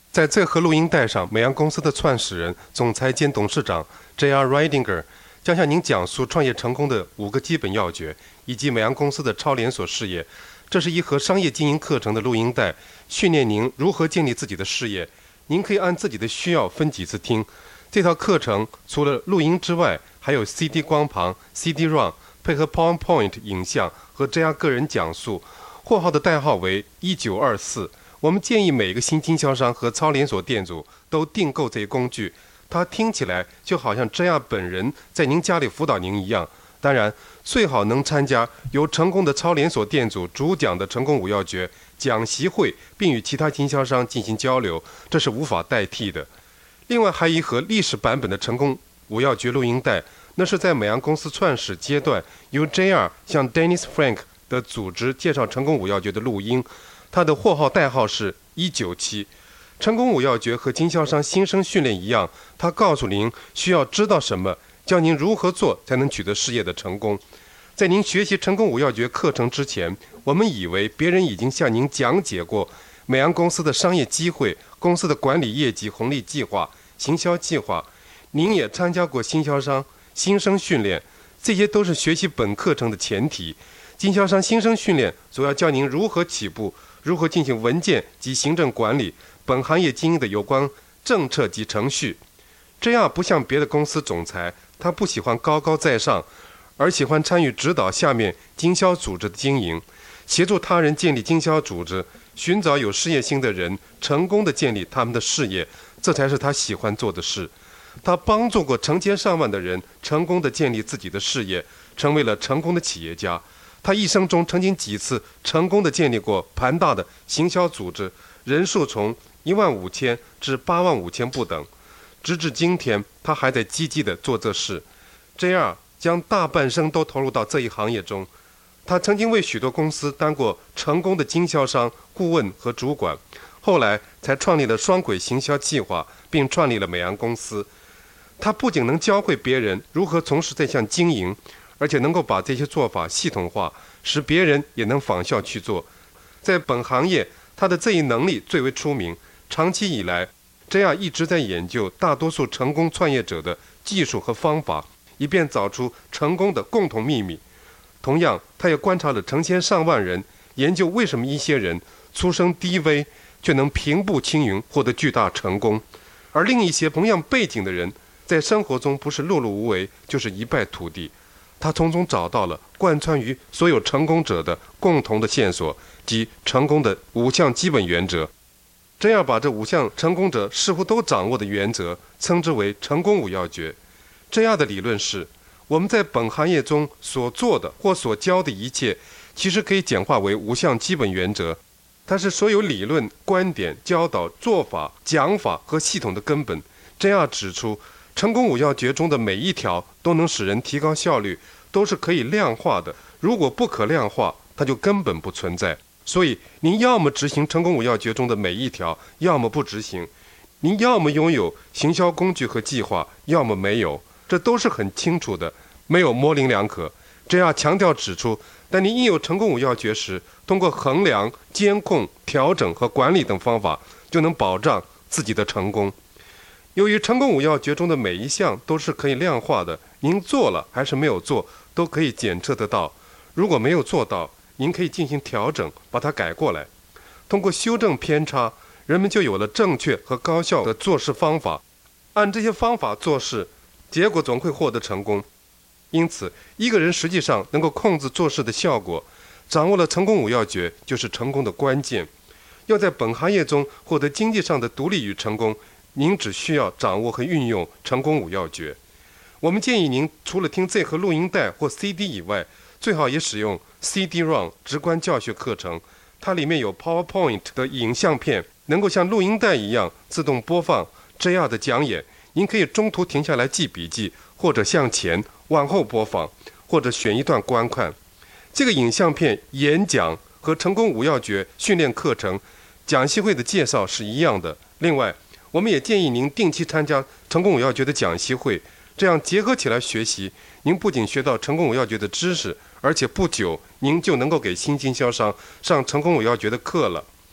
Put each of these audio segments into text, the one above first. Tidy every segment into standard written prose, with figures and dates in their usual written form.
在这盒录音带上，美阳公司的创始人、总裁兼董事长 J.R. Ridinger 将向您讲述创业成功的5个基本要诀，以及美阳公司的超连锁事业。这是一盒商业经营课程的录音带，训练您如何建立自己的事业。您可以按自己的需要分几次听。这套课程除了录音之外，还有 CD 光盘、CD-ROM， 配合 PowerPoint 影像和 J.R. 个人讲述。货号的代号为1924。我们建议每个新经销商和超连锁店主都订购这些工具，它听起来就好像J.R. 本人在您家里辅导您一样。当然，最好能参加由成功的超连锁店主主讲的成功5要诀讲习会，并与其他经销商进行交流，这是无法代替的。另外，还有一盒历史版本的成功5要诀录音带，那是在美阳公司创始阶段由 J.R. 向 Dennis Frank 的组织介绍成功5要诀的录音。它的货号代号是197。成功5要诀和经销商新生训练一样，它告诉您需要知道什么，教您如何做才能取得事业的成功。在您学习成功5要诀课程之前，我们以为别人已经向您讲解过美阳公司的商业机会、公司的管理业绩红利计划、行销计划。您也参加过经销商新生训练，这些都是学习本课程的前提。经销商新生训练主要教您如何起步，如何进行文件及行政管理，本行业经营的有关政策及程序。这样不像别的公司总裁，他不喜欢高高在上，而喜欢参与指导下面经销组织的经营，协助他人建立经销组织，寻找有事业心的人，成功的建立他们的事业，这才是他喜欢做的事。他帮助过成千上万的人成功的建立自己的事业，成为了成功的企业家。他一生中曾经几次成功地建立过庞大的行销组织，人数从15000至85000不等。直至今天，他还在积极地做这事。J.R. 将大半生都投入到这一行业中。他曾经为许多公司当过成功的经销商、顾问和主管，后来才创立了双轨行销计划，并创立了美阳公司。他不仅能教会别人如何从事这项经营，而且能够把这些做法系统化，使别人也能仿效去做。在本行业，他的这一能力最为出名。长期以来，这样一直在研究大多数成功创业者的技术和方法，以便找出成功的共同秘密。同样，他也观察了成千上万人，研究为什么一些人出身低微，却能平步青云，获得巨大成功，而另一些同样背景的人，在生活中不是碌碌无为，就是一败涂地。他从中找到了贯穿于所有成功者的共同的线索，即成功的5项基本原则。这样把这5项成功者似乎都掌握的原则称之为成功5要诀。这样的理论是，我们在本行业中所做的或所教的一切，其实可以简化为5项基本原则。它是所有理论、观点、教导、做法、讲法和系统的根本。这样指出，成功5要诀中的每一条都能使人提高效率，都是可以量化的。如果不可量化，它就根本不存在。所以，您要么执行成功5要诀中的每一条，要么不执行。您要么拥有行销工具和计划，要么没有。这都是很清楚的，没有模棱两可。这样强调指出，当您应有成功5要诀时，通过衡量、监控、调整和管理等方法，就能保障自己的成功。由于成功5要诀中的每一项都是可以量化的，您做了还是没有做，都可以检测得到。如果没有做到，您可以进行调整，把它改过来。通过修正偏差，人们就有了正确和高效的做事方法。按这些方法做事，结果总会获得成功。因此，一个人实际上能够控制做事的效果，掌握了成功5要诀，就是成功的关键。要在本行业中获得经济上的独立与成功，您只需要掌握和运用成功5要诀。我们建议您除了听这盒录音带或 CD 以外，最好也使用 CD-ROM 直观教学课程。它里面有 PowerPoint 的影像片，能够像录音带一样自动播放这样的讲演。您可以中途停下来记笔记，或者向前往后播放，或者选一段观看。这个影像片演讲和成功5要诀训练课程讲习会的介绍是一样的。另外，我们也建议您定期参加成功5要诀的讲习会，这样结合起来学习，您不仅学到成功5要诀的知识，而且不久您就能够给新经销商上成功5要诀的课了。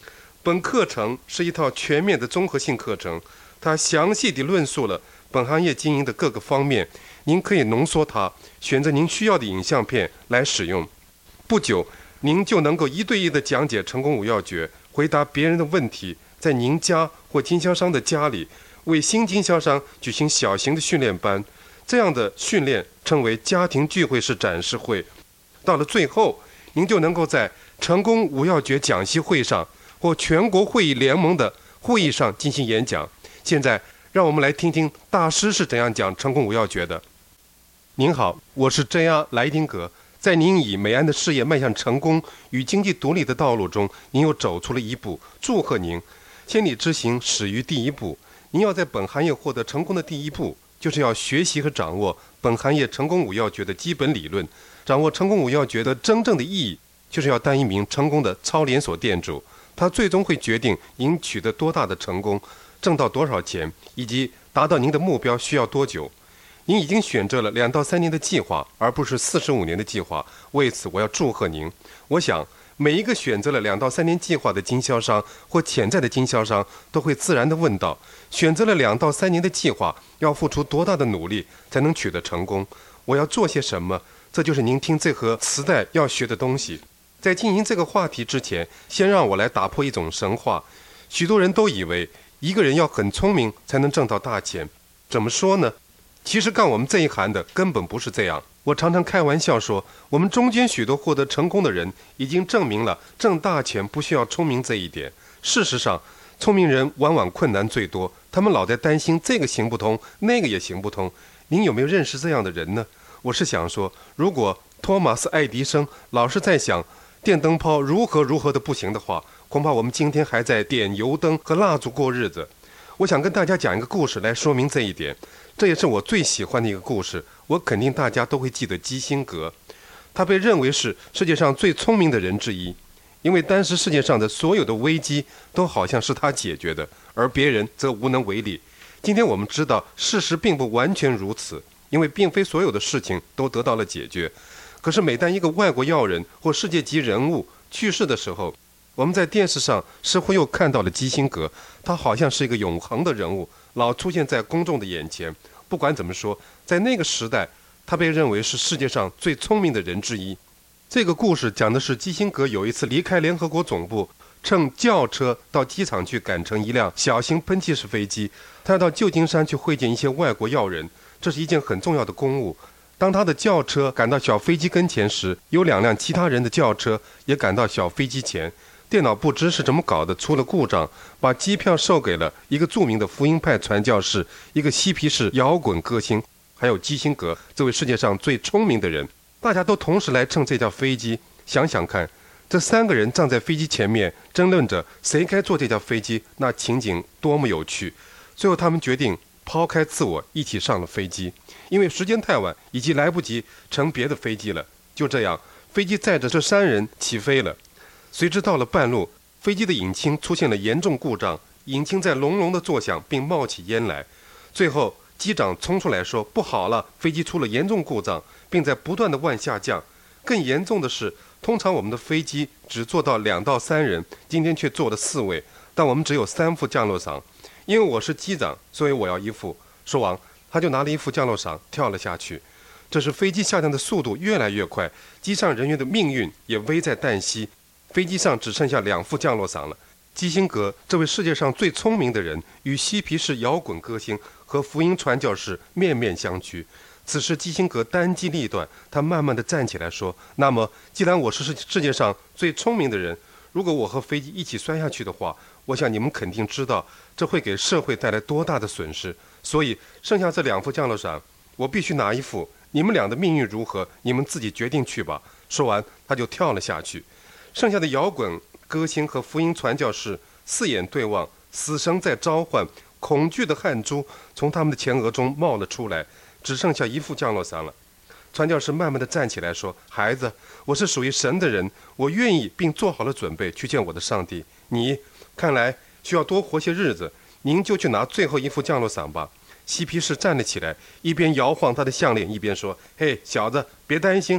本课程是一套全面的综合性课程，它详细地论述了本行业经营的各个方面。您可以浓缩它，选择您需要的影像片来使用。不久，您就能够一对一地讲解成功五要诀，回答别人的问题。在您家或经销商的家里，为新经销商举行小型的训练班，这样的训练称为家庭聚会式展示会。到了最后，您就能够在成功五要诀讲习会上或全国会议联盟的会议上进行演讲。现在，让我们来听听大师是怎样讲成功五要诀的。您好，我是 J.R. 莱丁格。在您以美安的事业迈向成功与经济独立的道路中，您又走出了一步，祝贺您！千里之行始于第一步。您要在本行业获得成功的第一步，就是要学习和掌握本行业成功五要诀的基本理论。掌握成功五要诀的真正的意义，就是要当一名成功的超连锁店主。它最终会决定您取得多大的成功，挣到多少钱，以及达到您的目标需要多久。您已经选择了2到3年的计划，而不是45年的计划。为此，我要祝贺您。我想，每一个选择了2到3年计划的经销商或潜在的经销商，都会自然地问道：选择了2到3年的计划，要付出多大的努力才能取得成功？我要做些什么？这就是您听这盒磁带要学的东西。在进行这个话题之前，先让我来打破一种神话。许多人都以为一个人要很聪明才能挣到大钱。怎么说呢？其实干我们这一行的根本不是这样。我常常开玩笑说，我们中间许多获得成功的人已经证明了挣大钱不需要聪明这一点。事实上，聪明人往往困难最多，他们老在担心这个行不通，那个也行不通。您有没有认识这样的人呢？我是想说，如果托马斯·爱迪生老是在想电灯泡如何的不行的话，恐怕我们今天还在点油灯和蜡烛过日子。我想跟大家讲一个故事来说明这一点，这也是我最喜欢的一个故事。我肯定大家都会记得基辛格，他被认为是世界上最聪明的人之一，因为当时世界上的所有的危机都好像是他解决的，而别人则无能为力。今天我们知道事实并不完全如此，因为并非所有的事情都得到了解决。可是每当一个外国要人或世界级人物去世的时候，我们在电视上似乎又看到了基辛格，他好像是一个永恒的人物，老出现在公众的眼前。不管怎么说，在那个时代，他被认为是世界上最聪明的人之一。这个故事讲的是基辛格有一次离开联合国总部，乘轿车到机场去赶乘一辆小型喷气式飞机。他要到旧金山去会见一些外国要人，这是一件很重要的公务。当他的轿车赶到小飞机跟前时，有2辆其他人的轿车也赶到小飞机前。电脑不知是怎么搞的，出了故障，把机票售给了一个著名的福音派传教士，一个嬉皮士摇滚歌星，还有基辛格这位世界上最聪明的人。大家都同时来乘这架飞机，想想看，这3个人站在飞机前面争论着谁该坐这架飞机，那情景多么有趣。最后他们决定抛开自我，一起上了飞机，因为时间太晚，以及来不及乘别的飞机了。就这样，飞机载着这3人起飞了。谁知到了半路，飞机的引擎出现了严重故障，引擎在隆隆的作响，并冒起烟来。最后机长冲出来说：不好了，飞机出了严重故障，并在不断地往下降。更严重的是，通常我们的飞机只坐到2到3人，今天却坐了4位，但我们只有3副降落伞。因为我是机长，所以我要1副。说完，他就拿了1副降落伞跳了下去。这时飞机下降的速度越来越快，机上人员的命运也危在旦夕。飞机上只剩下2副降落伞了。基辛格这位世界上最聪明的人，与嬉皮士摇滚歌星和福音传教士面面相觑。此时基辛格当机立断，他慢慢地站起来说：那么既然我是世界上最聪明的人，如果我和飞机一起摔下去的话，我想你们肯定知道这会给社会带来多大的损失。所以剩下这2副降落伞，我必须拿1副，你们俩的命运如何，你们自己决定去吧。说完他就跳了下去。剩下的摇滚歌星和福音传教士四眼对望，死神在召唤，恐惧的汗珠从他们的前额中冒了出来，只剩下1副降落伞了。传教士慢慢地站起来说：孩子，我是属于神的人，我愿意并做好了准备去见我的上帝。你看来需要多活些日子，您就去拿最后1副降落伞吧。嬉皮士站了起来，一边摇晃他的项链，一边说：嘿，小子，别担心，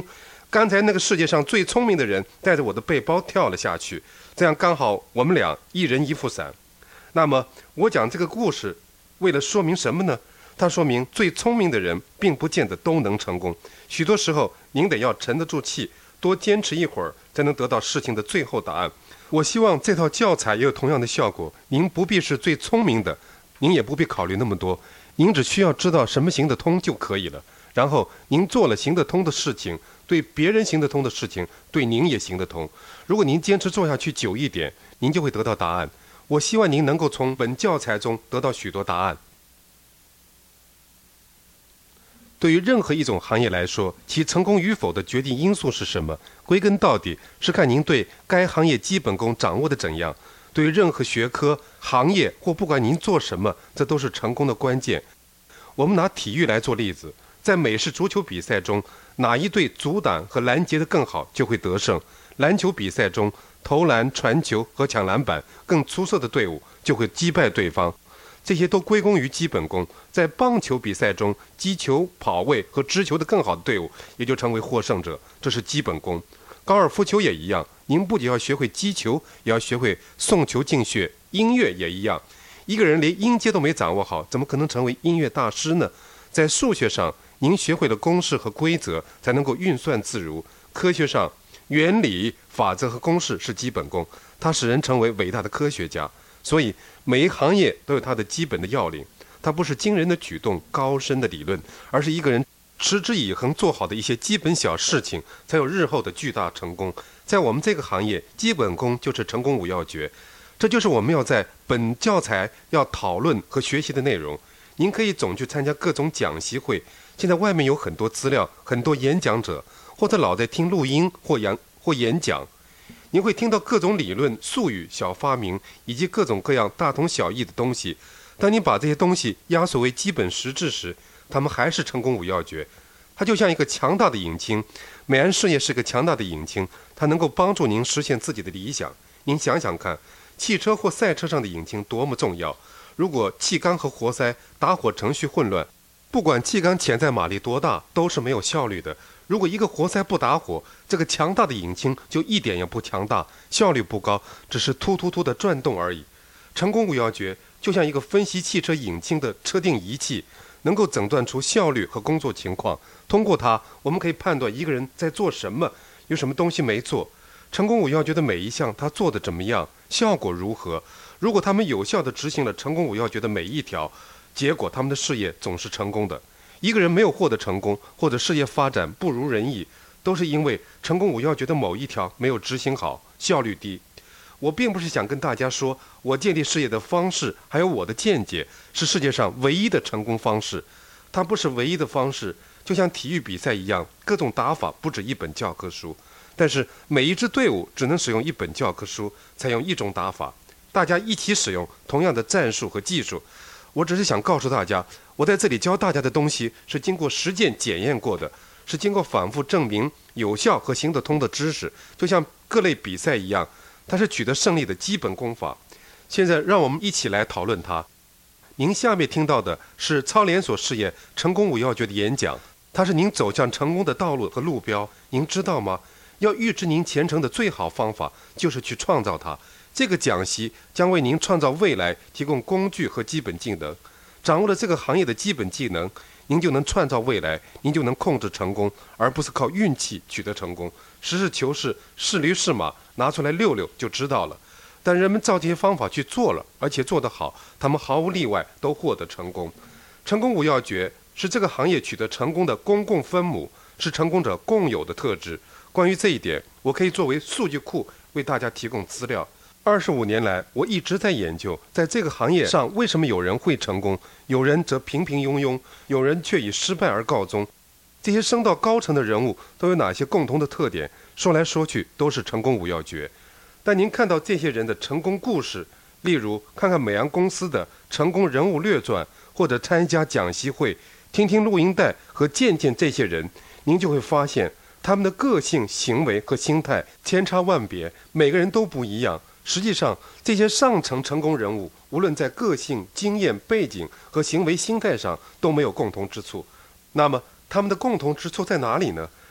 刚才那个世界上最聪明的人带着我的背包跳了下去，这样刚好我们俩一人一副伞。那么我讲这个故事为了说明什么呢？它说明最聪明的人并不见得都能成功，许多时候您得要沉得住气，多坚持一会儿，才能得到事情的最后答案。我希望这套教材也有同样的效果。您不必是最聪明的，您也不必考虑那么多，您只需要知道什么行得通就可以了。然后您做了行得通的事情，对别人行得通的事情，对您也行得通。如果您坚持做下去久一点，您就会得到答案。我希望您能够从本教材中得到许多答案。对于任何一种行业来说，其成功与否的决定因素是什么？归根到底是看您对该行业基本功掌握的怎样。对于任何学科、行业或不管您做什么，这都是成功的关键。我们拿体育来做例子，在美式足球比赛中，哪一队阻挡和拦截得更好，就会得胜。篮球比赛中，投篮、传球和抢篮板更出色的队伍就会击败对方。这些都归功于基本功。在棒球比赛中，击球、跑位和执球的更好的队伍也就成为获胜者，这是基本功。高尔夫球也一样，您不仅要学会击球，也要学会送球进穴。音乐也一样，一个人连音阶都没掌握好，怎么可能成为音乐大师呢？在数学上，您学会了公式和规则，才能够运算自如。科学上，原理、法则和公式是基本功，它使人成为伟大的科学家。所以每一行业都有它的基本的要领，它不是惊人的举动、高深的理论，而是一个人持之以恒做好的一些基本小事情，才有日后的巨大成功。在我们这个行业，基本功就是成功五要诀，这就是我们要在本教材要讨论和学习的内容。您可以总去参加各种讲习会，现在外面有很多资料，很多演讲者，或者老在听录音或演讲。您会听到各种理论、术语、小发明，以及各种各样大同小异的东西。当你把这些东西压缩为基本实质时，它们还是成功五要诀。它就像一个强大的引擎，美安事业是个强大的引擎，它能够帮助您实现自己的理想。您想想看，汽车或赛车上的引擎多么重要。如果气缸和活塞打火程序混乱，不管气缸潜在马力多大，都是没有效率的。如果一个活塞不打火，这个强大的引擎就一点也不强大，效率不高，只是突突突的转动而已。成功五要诀就像一个分析汽车引擎的车定仪器，能够诊断出效率和工作情况。通过它，我们可以判断一个人在做什么，有什么东西没做。成功五要诀的每一项他做得怎么样，效果如何。如果他们有效地执行了成功五要诀的每一条，结果他们的事业总是成功的。一个人没有获得成功，或者事业发展不如人意，都是因为成功五要诀的某一条没有执行好，效率低。我并不是想跟大家说我建立事业的方式还有我的见解是世界上唯一的成功方式，它不是唯一的方式。就像体育比赛一样，各种打法不止一本教科书，但是每一支队伍只能使用一本教科书，采用一种打法，大家一起使用同样的战术和技术。我只是想告诉大家，我在这里教大家的东西是经过实践检验过的，是经过反复证明有效和行得通的知识，就像各类比赛一样，它是取得胜利的基本功法。现在让我们一起来讨论它。您下面听到的是超连锁事业成功五要诀的演讲，它是您走向成功的道路和路标。您知道吗？要预知您前程的最好方法就是去创造它。这个讲习将为您创造未来提供工具和基本技能。掌握了这个行业的基本技能，您就能创造未来，您就能控制成功，而不是靠运气取得成功。实事求是，是驴是马，拿出来溜溜就知道了。但人们照这些方法去做了，而且做得好，他们毫无例外都获得成功。成功五要诀是这个行业取得成功的公共分母，是成功者共有的特质。关于这一点，我可以作为数据库为大家提供资料。25年来，我一直在研究，在这个行业上为什么有人会成功，有人则平平庸庸，有人却以失败而告终。这些升到高层的人物都有哪些共同的特点？说来说去都是成功五要诀。但您看到这些人的成功故事，例如看看美洋公司的成功人物略传，或者参加讲习会，听听录音带和见见这些人，您就会发现他们的个性、行为和心态千差万别，每个人都不一样。实际上，这些上层成功人物无论在个性、经验、背景和行为心态上都没有共同之处。那么他们的共同之处在哪里呢？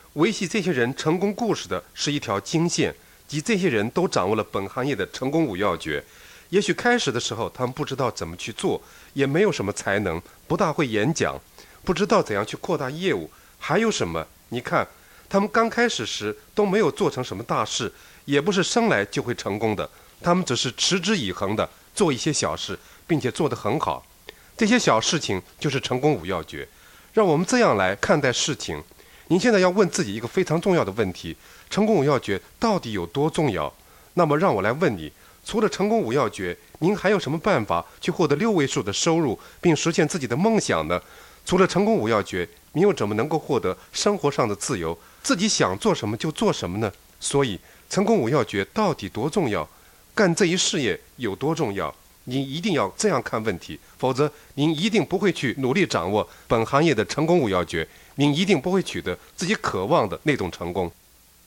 维系这些人成功故事的是一条经线，即这些人都掌握了本行业的成功五要诀。也许开始的时候他们不知道怎么去做，也没有什么才能，不大会演讲，不知道怎样去扩大业务。还有什么？你看，他们刚开始时都没有做成什么大事，也不是生来就会成功的，他们只是持之以恒的做一些小事，并且做得很好。这些小事情就是成功五要诀。让我们这样来看待事情。您现在要问自己一个非常重要的问题：成功五要诀到底有多重要？那么让我来问你，除了成功五要诀，您还有什么办法去获得6位数的收入，并实现自己的梦想呢？除了成功五要诀，你又怎么能够获得生活上的自由？自己想做什么就做什么呢？所以，成功五要诀到底多重要？干这一事业有多重要？您一定要这样看问题，否则您一定不会去努力掌握本行业的成功五要诀，您一定不会取得自己渴望的那种成功。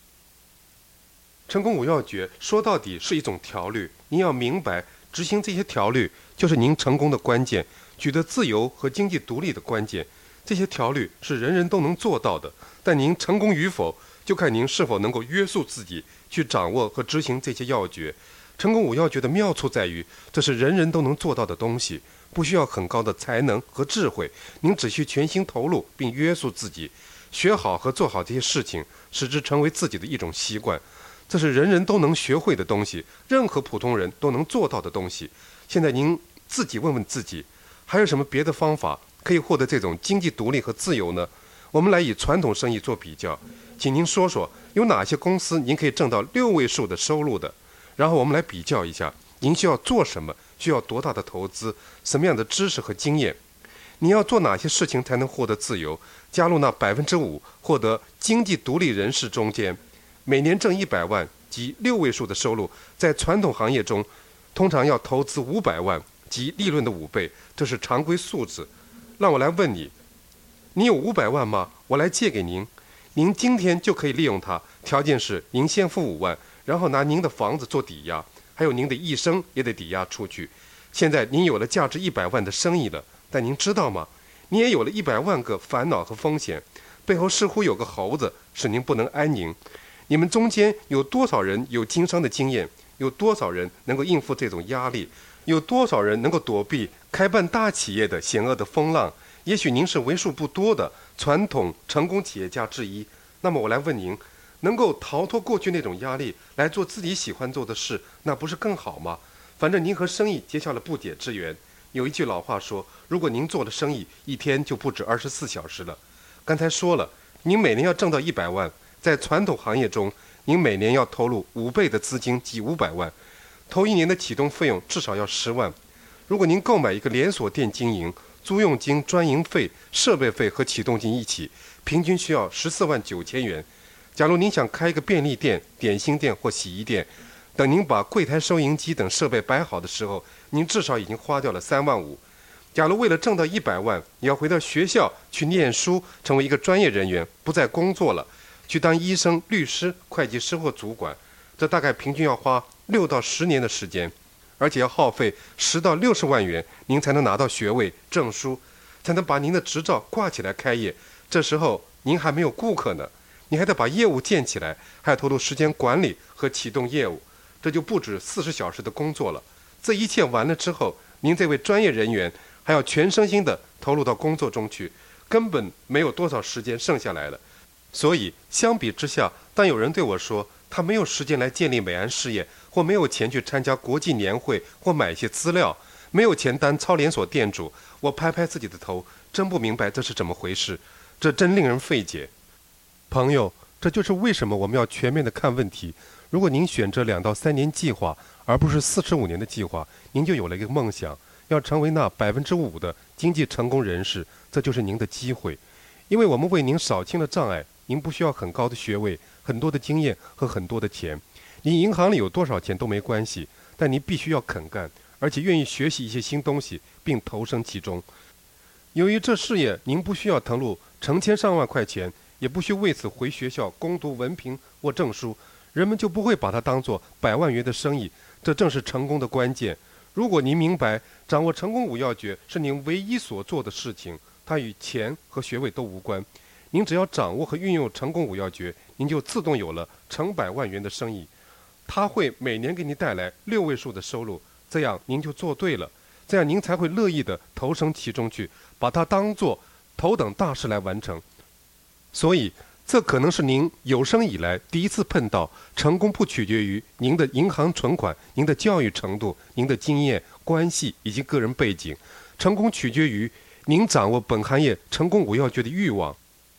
成功五要诀说到底是一种条律，您要明白，执行这些条律就是您成功的关键，取得自由和经济独立的关键。这些条律是人人都能做到的，但您成功与否，就看您是否能够约束自己去掌握和执行这些要诀。成功五要诀的妙处在于，这是人人都能做到的东西，不需要很高的才能和智慧，您只需全心投入并约束自己，学好和做好这些事情，使之成为自己的一种习惯。这是人人都能学会的东西，任何普通人都能做到的东西。现在您自己问问自己，还有什么别的方法可以获得这种经济独立和自由呢？我们来以传统生意做比较，请您说说有哪些公司您可以挣到6位数的收入的？然后我们来比较一下，您需要做什么，需要多大的投资，什么样的知识和经验，你要做哪些事情才能获得自由？加入那5%获得经济独立人士中间，每年挣100万及6位数的收入，在传统行业中，通常要投资500万及利润的5倍，这是常规数字。让我来问你，你有500万吗？我来借给您，您今天就可以利用它，条件是您先付5万。然后拿您的房子做抵押，还有您的一生也得抵押出去。现在您有了价值100万的生意了，但您知道吗？你也有了100万个烦恼和风险，背后似乎有个猴子使您不能安宁。你们中间有多少人有经商的经验？有多少人能够应付这种压力？有多少人能够躲避开办大企业的险恶的风浪？也许您是为数不多的传统成功企业家之一。那么我来问您，能够逃脱过去那种压力，来做自己喜欢做的事，那不是更好吗？反正您和生意结下了不解之缘。有一句老话说，如果您做了生意，一天就不止24小时了。刚才说了，您每年要挣到100万，在传统行业中，您每年要投入5倍的资金，即500万，头1年的启动费用至少要10万。如果您购买一个连锁店经营，租用金、专营费、设备费和启动金一起，平均需要14万9千元。假如您想开一个便利店、点心店或洗衣店，等您把柜台收银机等设备摆好的时候，您至少已经花掉了3万5。假如为了挣到100万，你要回到学校去念书，成为一个专业人员，不再工作了，去当医生、律师、会计师或主管，这大概平均要花6到10年的时间，而且要耗费10到60万元，您才能拿到学位、证书，才能把您的执照挂起来开业。这时候您还没有顾客呢。你还得把业务建起来，还要投入时间管理和启动业务，这就不止40小时的工作了。这一切完了之后，您这位专业人员还要全身心地投入到工作中去，根本没有多少时间剩下来了。所以相比之下，当有人对我说他没有时间来建立美安事业，或没有钱去参加国际年会或买一些资料，没有钱当超连锁店主，我拍拍自己的头，真不明白这是怎么回事，这真令人费解。朋友，这就是为什么我们要全面地看问题。如果您选择2到3年计划，而不是45年的计划，您就有了一个梦想，要成为那5%的经济成功人士，这就是您的机会。因为我们为您扫清了障碍，您不需要很高的学位、很多的经验和很多的钱。您银行里有多少钱都没关系，但您必须要肯干，而且愿意学习一些新东西，并投身其中。由于这事业您不需要投入成千上万块钱，也不需为此回学校攻读文凭或证书，人们就不会把它当作100万元的生意。这正是成功的关键。如果您明白掌握成功5要诀是您唯一所做的事情，它与钱和学位都无关， 您只要掌握和运用成功五要诀，您就自动有了成百万元的生意。它会每年给你带来6位数的收入，这样您就做对了，这样您才会乐意地投身其中去，把它当作头等大事来完成。所以这可能是您有生以来第一次碰到成功不取决于您的银行存款、您的教育程度、您的经验、关系以及个人背景，成功取决于您掌握本行业成功五要诀的欲望。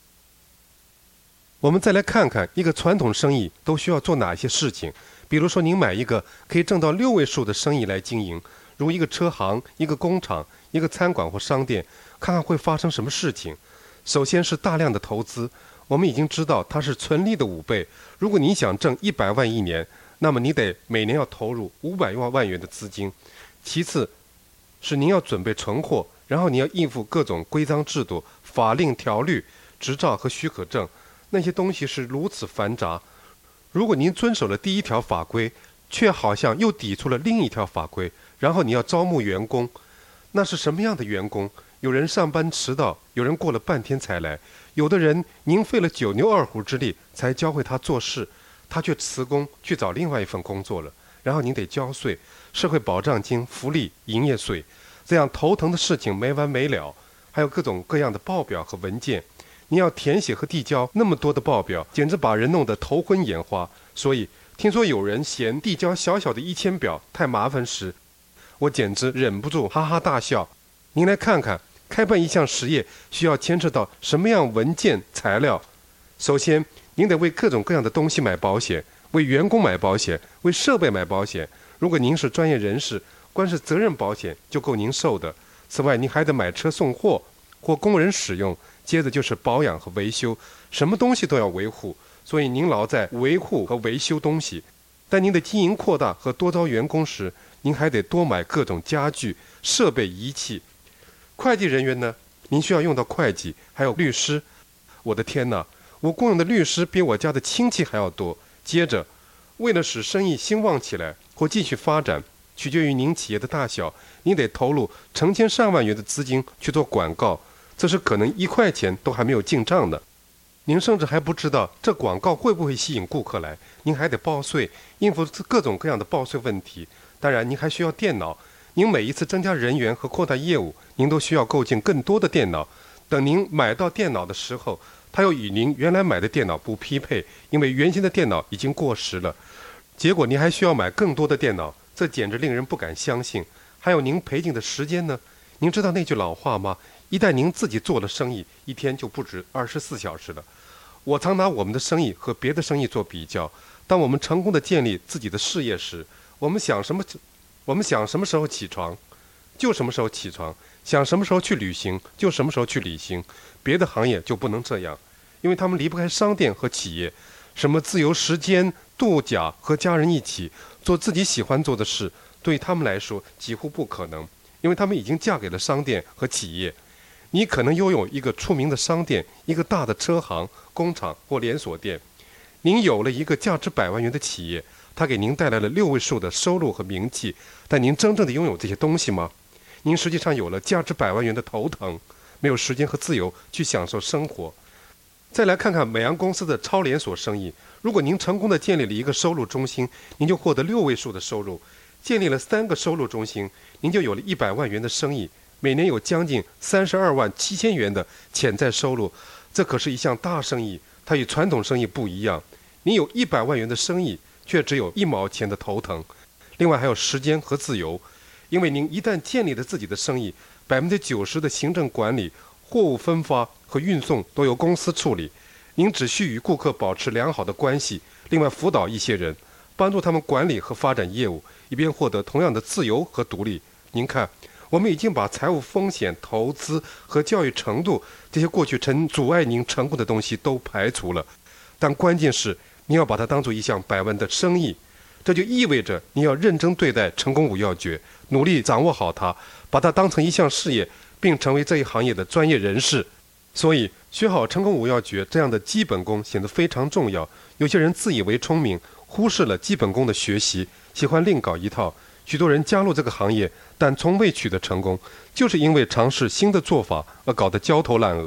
我们再来看看一个传统生意都需要做哪些事情。比如说您买一个可以挣到6位数的生意来经营，如一个车行、一个工厂、一个餐馆或商店，看看会发生什么事情。首先是大量的投资，我们已经知道它是纯利的5倍。如果你想挣100万一年，那么你得每年要投入500万元的资金。其次是您要准备存货，然后你要应付各种规章制度、法令条律、执照和许可证，那些东西是如此繁杂。如果您遵守了第一条法规，却好像又抵触了另一条法规，然后你要招募员工，那是什么样的员工？有人上班迟到，有人过了半天才来，有的人您费了9牛2虎之力才教会他做事，他却辞工去找另外一份工作了，然后您得交税、社会保障金、福利、营业税，这样头疼的事情没完没了，还有各种各样的报表和文件。你要填写和递交那么多的报表，简直把人弄得头昏眼花。所以听说有人嫌递交小小的1000表太麻烦时，我简直忍不住哈哈大笑。您来看看，开办一项实业需要牵扯到什么样文件材料。首先您得为各种各样的东西买保险，为员工买保险，为设备买保险。如果您是专业人士，光是责任保险就够您受的。此外您还得买车送货或工人使用，接着就是保养和维修，什么东西都要维护，所以您老在维护和维修东西。但您的经营扩大和多招员工时，您还得多买各种家具、设备、仪器。会计人员呢，您需要用到会计，还有律师。我的天哪，我雇佣的律师比我家的亲戚还要多。接着，为了使生意兴旺起来或继续发展，取决于您企业的大小，您得投入成千上万元的资金去做广告，这是可能1块钱都还没有进账的。您甚至还不知道这广告会不会吸引顾客来，您还得报税，应付各种各样的报税问题。当然您还需要电脑，您每一次增加人员和扩大业务，您都需要购进更多的电脑。等您买到电脑的时候，它又与您原来买的电脑不匹配，因为原先的电脑已经过时了。结果您还需要买更多的电脑，这简直令人不敢相信。还有您赔进的时间呢？您知道那句老话吗？一旦您自己做了生意，一天就不止24小时了。我常拿我们的生意和别的生意做比较。当我们成功地建立自己的事业时，我们想什么时候起床，就什么时候起床；想什么时候去旅行，就什么时候去旅行。别的行业就不能这样，因为他们离不开商店和企业。什么自由时间、度假、和家人一起做自己喜欢做的事，对他们来说几乎不可能，因为他们已经嫁给了商店和企业。你可能拥有一个出名的商店，一个大的车行、工厂或连锁店。您有了一个价值100万元的企业，它给您带来了6位数的收入和名气，但您真正的拥有这些东西吗？您实际上有了价值100万元的头疼，没有时间和自由去享受生活。再来看看美洋公司的超连锁生意，如果您成功地建立了一个收入中心，您就获得6位数的收入；建立了3个收入中心，您就有了100万元的生意，每年有将近32万7千元的潜在收入。这可是一项大生意，它与传统生意不一样。您有100万元的生意，却只有1毛钱的头疼。另外还有时间和自由，因为您一旦建立了自己的生意，90%的行政管理、货物分发和运送都由公司处理，您只需与顾客保持良好的关系，另外辅导一些人，帮助他们管理和发展业务，以便获得同样的自由和独立。您看，我们已经把财务风险、投资和教育程度这些过去曾阻碍您成功的东西都排除了，但关键是您要把它当作一项100万的生意。这就意味着你要认真对待成功5要诀，努力掌握好它，把它当成一项事业，并成为这一行业的专业人士。所以学好成功5要诀这样的基本功显得非常重要。有些人自以为聪明，忽视了基本功的学习，喜欢另搞一套。许多人加入这个行业，但从未取得成功，就是因为尝试新的做法而搞得焦头烂额。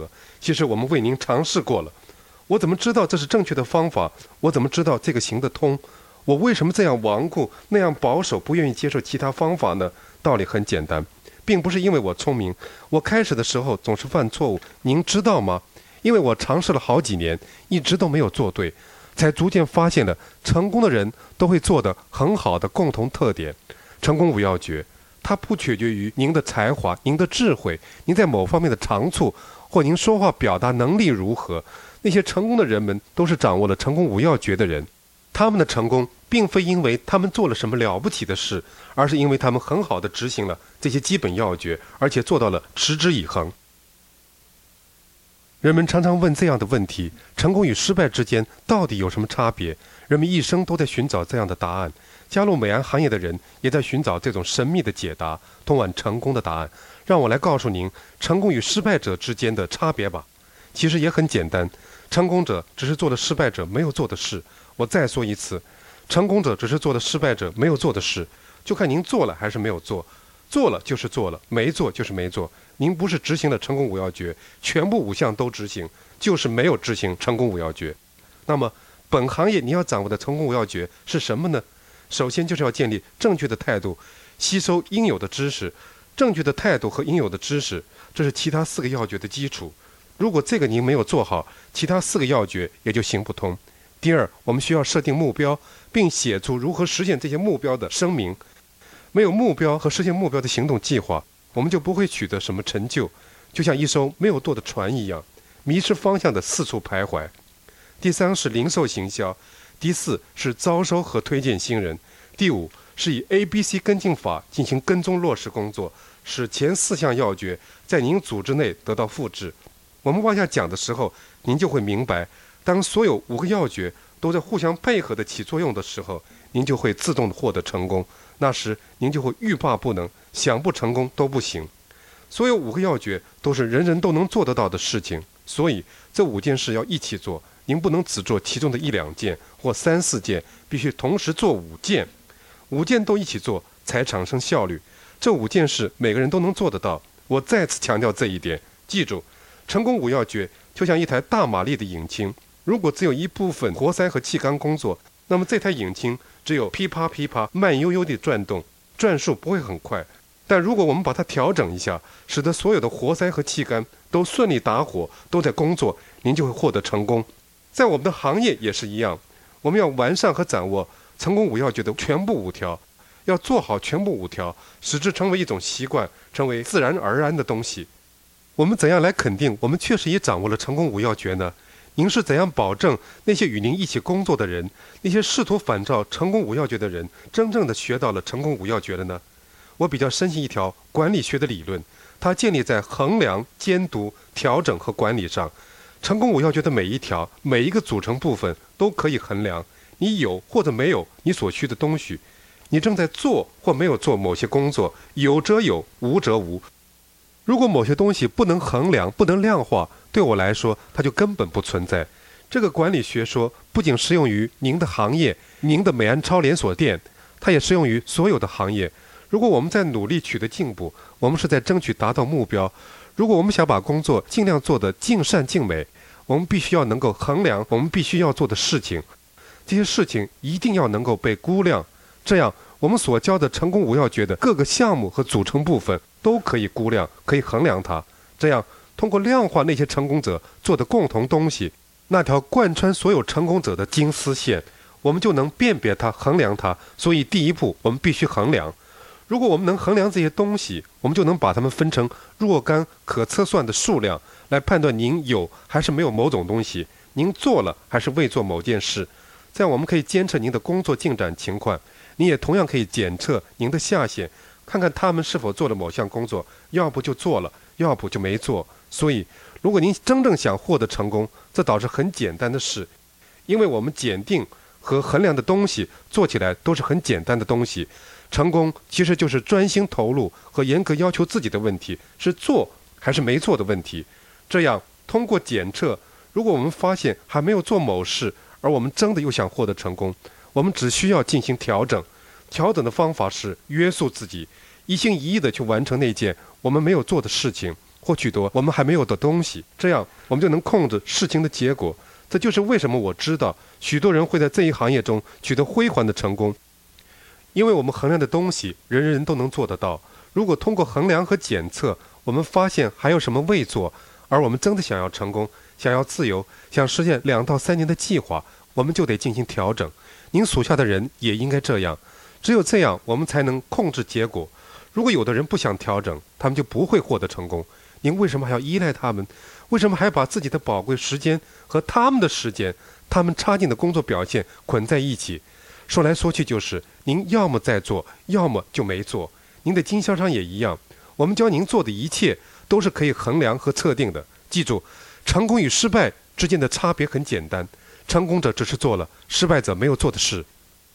其实我们为您尝试过了。我怎么知道这是正确的方法？我怎么知道这个行得通？我为什么这样顽固，那样保守，不愿意接受其他方法呢？道理很简单，并不是因为我聪明，我开始的时候总是犯错误，您知道吗？因为我尝试了好几年，一直都没有做对，才逐渐发现了成功的人都会做得很好的共同特点。成功五要诀，它不取决于您的才华、您的智慧、您在某方面的长处，或您说话表达能力如何。那些成功的人们都是掌握了成功五要诀的人，他们的成功并非因为他们做了什么了不起的事，而是因为他们很好地执行了这些基本要诀，而且做到了持之以恒。人们常常问这样的问题：成功与失败之间到底有什么差别？人们一生都在寻找这样的答案。加入美安行业的人也在寻找这种神秘的解答，通往成功的答案。让我来告诉您成功与失败者之间的差别吧。其实也很简单，成功者只是做了失败者没有做的事。我再说一次，成功者只是做了失败者没有做的事，就看您做了还是没有做。做了就是做了，没做就是没做。您不是执行了成功五要诀，全部5项都执行，就是没有执行成功五要诀。那么本行业你要掌握的成功五要诀是什么呢？首先就是要建立正确的态度，吸收应有的知识。正确的态度和应有的知识，这是其他4个要诀的基础。如果这个您没有做好，其他4个要诀也就行不通。第二，我们需要设定目标，并写出如何实现这些目标的声明。没有目标和实现目标的行动计划，我们就不会取得什么成就，就像一艘没有舵的船一样，迷失方向的四处徘徊。第3是零售行销，第4是招收和推荐新人，第5是以 ABC 跟进法进行跟踪落实工作，使前4项要诀在您组织内得到复制。我们往下讲的时候，您就会明白，当所有5个要诀都在互相配合的起作用的时候，您就会自动的获得成功。那时您就会欲罢不能，想不成功都不行。所有5个要诀都是人人都能做得到的事情，所以这5件事要一起做，您不能只做其中的1、2件或3、4件，必须同时做5件，5件都一起做才产生效率。这5件事每个人都能做得到，我再次强调这一点。记住，成功5要诀就像一台大马力的引擎，如果只有一部分活塞和气缸工作，那么这台引擎只有噼啪噼啪慢悠悠地转动，转速不会很快。但如果我们把它调整一下，使得所有的活塞和气缸都顺利打火，都在工作，您就会获得成功。在我们的行业也是一样，我们要完善和掌握成功5要诀的全部5条，要做好全部5条，使之成为一种习惯，成为自然而然的东西。我们怎样来肯定我们确实也掌握了成功5要诀呢？您是怎样保证那些与您一起工作的人，那些试图反照成功5要诀的人，真正的学到了成功5要诀了呢？我比较深信一条管理学的理论，它建立在衡量、监督、调整和管理上。成功5要诀的每一条、每一个组成部分都可以衡量，你有或者没有你所需的东西，你正在做或没有做某些工作，有则有，无则无。如果某些东西不能衡量、不能量化，对我来说它就根本不存在。这个管理学说不仅适用于您的行业、您的美安超连锁店，它也适用于所有的行业。如果我们在努力取得进步，我们是在争取达到目标。如果我们想把工作尽量做得尽善尽美，我们必须要能够衡量我们必须要做的事情，这些事情一定要能够被估量，这样我们所教的成功5要诀的各个项目和组成部分都可以估量，可以衡量它。这样通过量化那些成功者做的共同东西，那条贯穿所有成功者的金丝线，我们就能辨别它、衡量它。所以第一步我们必须衡量。如果我们能衡量这些东西，我们就能把它们分成若干可测算的数量，来判断您有还是没有某种东西，您做了还是未做某件事。这样我们可以监测您的工作进展情况，您也同样可以检测您的下线，看看他们是否做了某项工作，要不就做了，要不就没做。所以如果您真正想获得成功，这倒是很简单的事，因为我们检定和衡量的东西做起来都是很简单的东西。成功其实就是专心投入和严格要求自己的问题，是做还是没做的问题。这样通过检测，如果我们发现还没有做某事，而我们真的又想获得成功，我们只需要进行调整。调整的方法是约束自己，一心一意地去完成那件我们没有做的事情， 或许多我们还没有的东西，这样我们就能控制事情的结果。这就是为什么我知道许多人会在这一行业中取得辉煌的成功，因为我们衡量的东西人人都能做得到。如果通过衡量和检测，我们发现还有什么未做，而我们真的想要成功，想要自由，想实现2到3年的计划，我们就得进行调整。您属下的人也应该这样，只有这样我们才能控制结果。如果有的人不想调整，他们就不会获得成功。您为什么还要依赖他们？为什么还要把自己的宝贵时间和他们的时间，他们差劲的工作表现捆在一起？说来说去就是，您要么在做，要么就没做。您的经销商也一样，我们教您做的一切都是可以衡量和测定的。记住，成功与失败之间的差别很简单，成功者只是做了失败者没有做的事。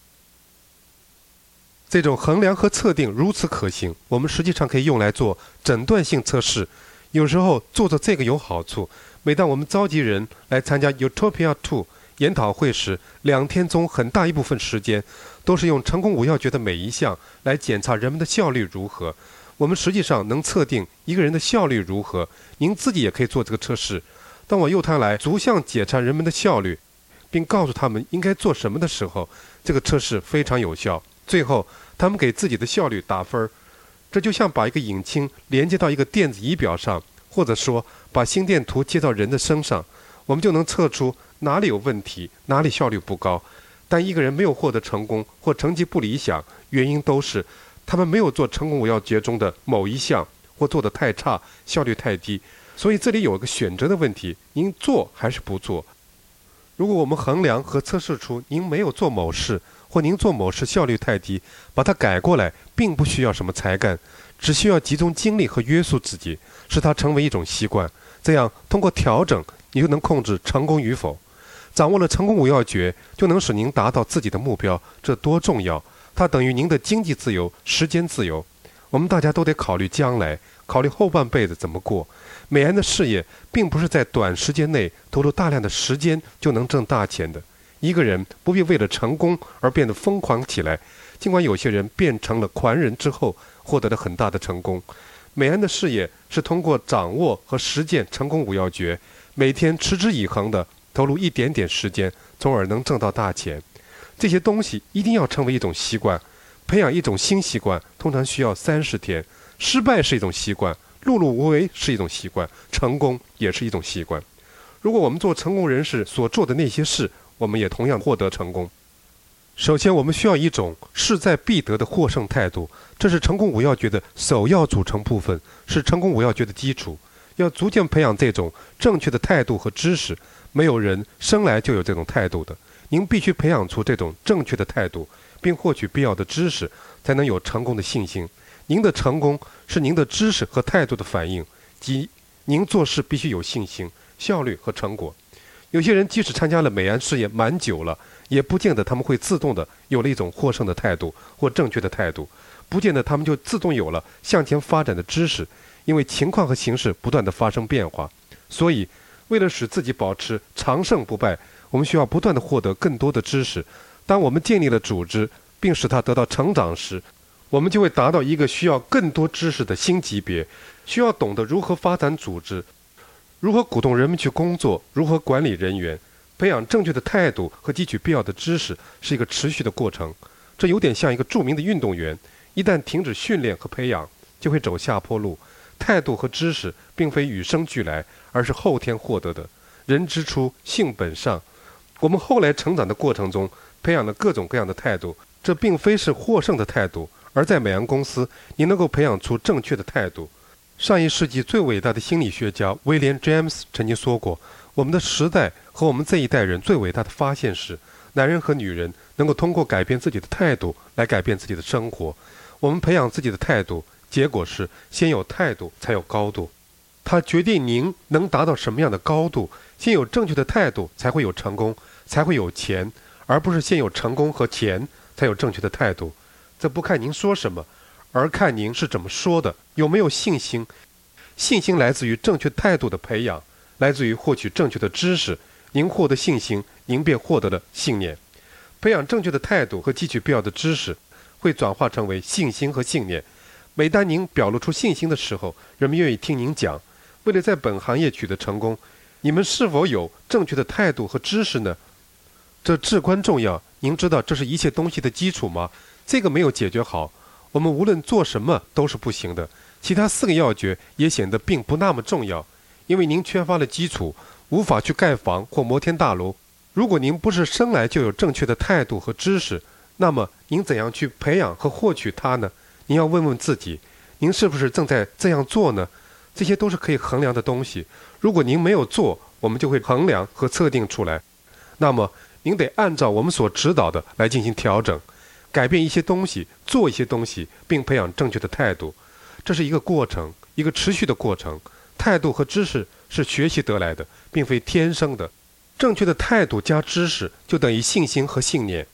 这种衡量和测定如此可行，我们实际上可以用来做诊断性测试。有时候做这个有好处。每当我们召集人来参加 Utopia 2研讨会时，2天中很大一部分时间都是用成功5要诀的每一项来检查人们的效率如何。我们实际上能测定一个人的效率如何。您自己也可以做这个测试。当我由他来逐项检查人们的效率，并告诉他们应该做什么的时候，这个测试非常有效。最后，他们给自己的效率打分。这就像把一个引擎连接到一个电子仪表上，或者说把心电图接到人的身上，我们就能测出哪里有问题，哪里效率不高。但一个人没有获得成功或成绩不理想，原因都是他们没有做成功5要诀中的某一项，或做得太差，效率太低。所以这里有一个选择的问题，您做还是不做？如果我们衡量和测试出您没有做某事，或您做某事效率太低，把它改过来，并不需要什么才干，只需要集中精力和约束自己，使它成为一种习惯。这样通过调整，你就能控制成功与否。掌握了成功5要诀，就能使您达到自己的目标，这多重要！它等于您的经济自由、时间自由。我们大家都得考虑将来，考虑后半辈子怎么过。美安的事业并不是在短时间内投入大量的时间就能挣大钱的。一个人不必为了成功而变得疯狂起来，尽管有些人变成了狂人之后获得了很大的成功。美安的事业是通过掌握和实践成功5要诀，每天持之以恒地投入一点点时间，从而能挣到大钱。这些东西一定要成为一种习惯。培养一种新习惯通常需要30天。失败是一种习惯，碌碌无为是一种习惯，成功也是一种习惯。如果我们做成功人士所做的那些事，我们也同样获得成功。首先，我们需要一种势在必得的获胜态度，这是成功5要诀的首要组成部分，是成功5要诀的基础。要逐渐培养这种正确的态度和知识，没有人生来就有这种态度的。您必须培养出这种正确的态度，并获取必要的知识，才能有成功的信心。您的成功是您的知识和态度的反应，即您做事必须有信心、效率和成果。有些人即使参加了美安事业蛮久了，也不见得他们会自动的有了一种获胜的态度或正确的态度，不见得他们就自动有了向前发展的知识，因为情况和形势不断的发生变化。所以，为了使自己保持长胜不败，我们需要不断的获得更多的知识。当我们建立了组织，并使它得到成长时，我们就会达到一个需要更多知识的新级别，需要懂得如何发展组织，如何鼓动人们去工作，如何管理人员。培养正确的态度和汲取必要的知识是一个持续的过程。这有点像一个著名的运动员，一旦停止训练和培养，就会走下坡路。态度和知识并非与生俱来，而是后天获得的。人之初，性本善。我们后来成长的过程中，培养了各种各样的态度，这并非是获胜的态度。而在美安公司，你能够培养出正确的态度。上一世纪最伟大的心理学家威廉·詹姆斯曾经说过，我们的时代和我们这一代人最伟大的发现是，男人和女人能够通过改变自己的态度来改变自己的生活。我们培养自己的态度，结果是先有态度才有高度。它决定您能达到什么样的高度。先有正确的态度，才会有成功，才会有钱，而不是先有成功和钱才有正确的态度。这不看您说什么，而看您是怎么说的，有没有信心。信心来自于正确态度的培养，来自于获取正确的知识。您获得信心，您便获得了信念。培养正确的态度和汲取必要的知识，会转化成为信心和信念。每当您表露出信心的时候，人们愿意听您讲。 为了在本行业取得成功，你们是否有正确的态度和知识呢？这至关重要。您知道这是一切东西的基础吗？这个没有解决好，我们无论做什么都是不行的。其他4个要诀也显得并不那么重要，因为您缺乏了基础，无法去盖房或摩天大楼。如果您不是生来就有正确的态度和知识，那么您怎样去培养和获取它呢？您要问问自己，您是不是正在这样做呢？这些都是可以衡量的东西。如果您没有做，我们就会衡量和测定出来。那么您得按照我们所指导的来进行调整，改变一些东西，做一些东西，并培养正确的态度。这是一个过程，一个持续的过程。态度和知识是学习得来的，并非天生的。正确的态度加知识就等于信心和信念。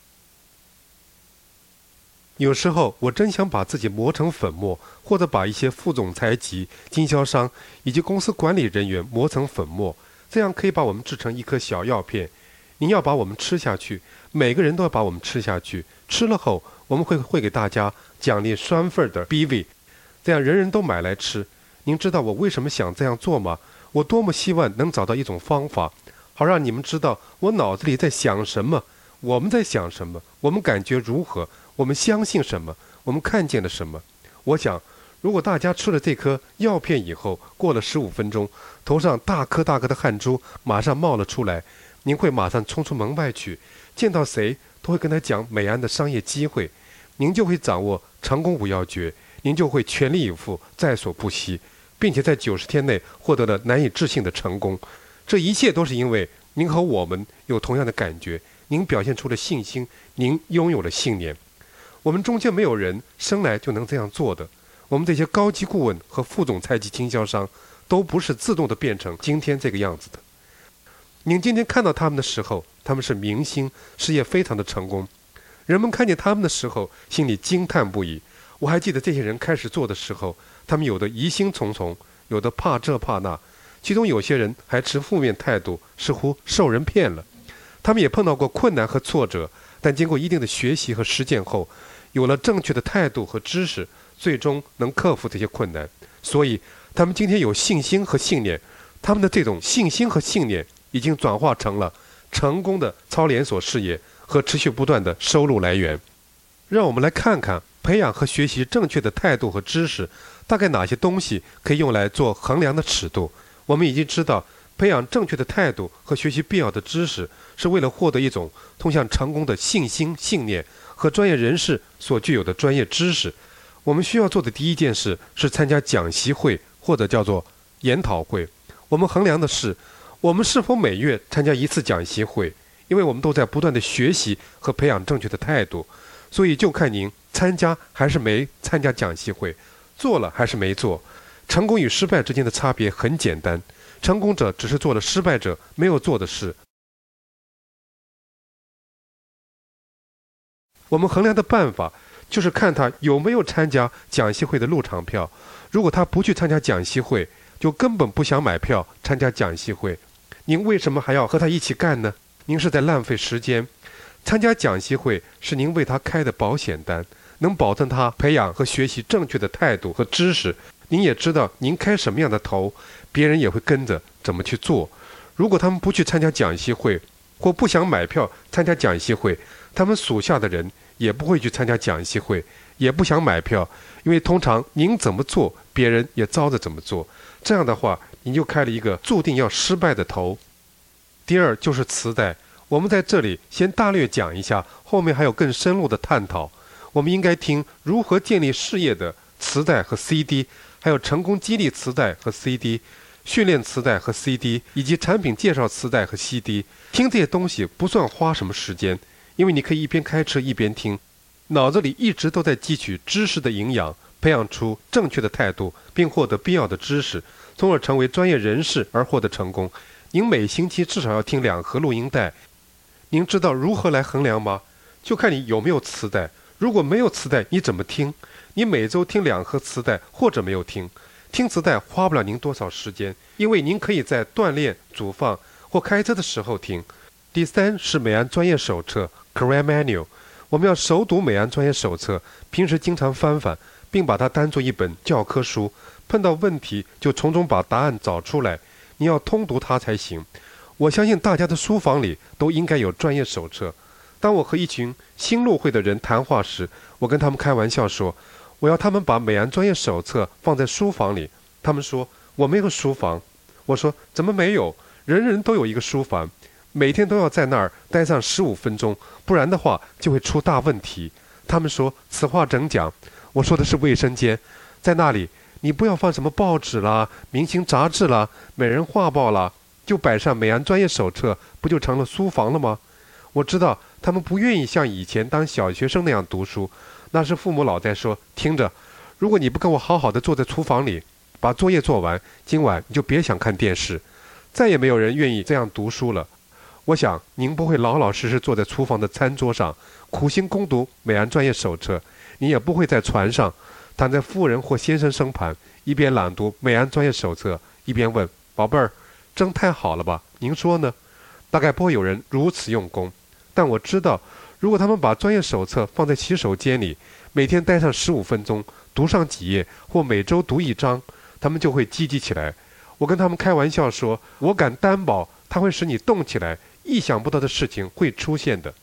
有时候我真想把自己磨成粉末，或者把一些副总裁级、经销商以及公司管理人员磨成粉末，这样可以把我们制成一颗小药片。您要把我们吃下去，每个人都要把我们吃下去。吃了后，我们会给大家奖励酸份的 BV， 这样人人都买来吃。您知道我为什么想这样做吗？我多么希望能找到一种方法，好让你们知道我脑子里在想什么，我们在想什么，我们感觉如何，我们相信什么，我们看见了什么。我想，如果大家吃了这颗药片以后，过了15分钟，头上大颗大颗的汗珠马上冒了出来，您会马上冲出门外去，见到谁都会跟他讲美安的商业机会，您就会掌握成功5要诀，您就会全力以赴，在所不惜，并且在90天内获得了难以置信的成功。这一切都是因为您和我们有同样的感觉，您表现出了信心，您拥有了信念。我们中间没有人生来就能这样做的。我们这些高级顾问和副总裁级经销商都不是自动的变成今天这个样子的。您今天看到他们的时候，他们是明星，事业非常的成功。人们看见他们的时候，心里惊叹不已。我还记得这些人开始做的时候，他们有的疑心重重，有的怕这怕那，其中有些人还持负面态度，似乎受人骗了。他们也碰到过困难和挫折，但经过一定的学习和实践后，有了正确的态度和知识，最终能克服这些困难。所以他们今天有信心和信念，他们的这种信心和信念已经转化成了成功的超连锁事业和持续不断的收入来源。让我们来看看培养和学习正确的态度和知识，大概哪些东西可以用来做衡量的尺度。我们已经知道，培养正确的态度和学习必要的知识，是为了获得一种通向成功的信心、信念和专业人士所具有的专业知识。我们需要做的第一件事是参加讲习会，或者叫做研讨会。我们衡量的是我们是否每月参加1次讲习会，因为我们都在不断的学习和培养正确的态度。所以就看您参加还是没参加讲习会，做了还是没做。成功与失败之间的差别很简单，成功者只是做了失败者没有做的事。我们衡量的办法就是看他有没有参加讲习会的入场票。如果他不去参加讲习会，就根本不想买票参加讲习会，您为什么还要和他一起干呢？您是在浪费时间。参加讲习会是您为他开的保险单，能保证他培养和学习正确的态度和知识。您也知道您开什么样的头，别人也会跟着怎么去做。如果他们不去参加讲习会，或不想买票参加讲习会，他们属下的人也不会去参加讲习会，也不想买票，因为通常您怎么做，别人也照着怎么做。这样的话，您就开了一个注定要失败的头。第二就是磁带。我们在这里先大略讲一下，后面还有更深入的探讨。我们应该听如何建立事业的磁带和 CD， 还有成功激励磁带和 CD， 训练磁带和 CD， 以及产品介绍磁带和 CD。 听这些东西不算花什么时间，因为你可以一边开车一边听，脑子里一直都在汲取知识的营养，培养出正确的态度，并获得必要的知识，从而成为专业人士而获得成功。您每星期至少要听2盒录音带。您知道如何来衡量吗？就看你有没有磁带。如果没有磁带，你怎么听？你每周听2盒磁带，或者没有听。听磁带花不了您多少时间，因为您可以在锻炼、煮饭或开车的时候听。第3是美安专业手册 Career Manual。 我们要熟读美安专业手册，平时经常翻翻，并把它当作一本教科书， 碰到问题就从中把答案找出来，你要通读它才行。我相信大家的书房里都应该有专业手册。当我和一群新入会的人谈话时，我跟他们开玩笑说，我要他们把美安专业手册放在书房里。他们说我没有书房。我说怎么没有？人人都有一个书房，每天都要在那儿待上15分钟，不然的话就会出大问题。他们说此话怎讲？我说的是卫生间，在那里你不要放什么报纸啦、明星杂志啦、美人画报啦，就摆上美安专业手册，不就成了书房了吗？我知道他们不愿意像以前当小学生那样读书，那是父母老在说，听着，如果你不跟我好好的坐在厨房里把作业做完，今晚你就别想看电视。再也没有人愿意这样读书了。我想您不会老老实实坐在厨房的餐桌上苦心攻读美安专业手册，你也不会在船上躺在夫人或先生身旁，一边朗读美安专业手册，一边问宝贝儿，蒸太好了吧？您说呢？大概不会有人如此用功，但我知道，如果他们把专业手册放在洗手间里，每天待上15分钟，读上几页，或每周读一章，他们就会积极起来。我跟他们开玩笑说，我敢担保，它会使你动起来，意想不到的事情会出现的。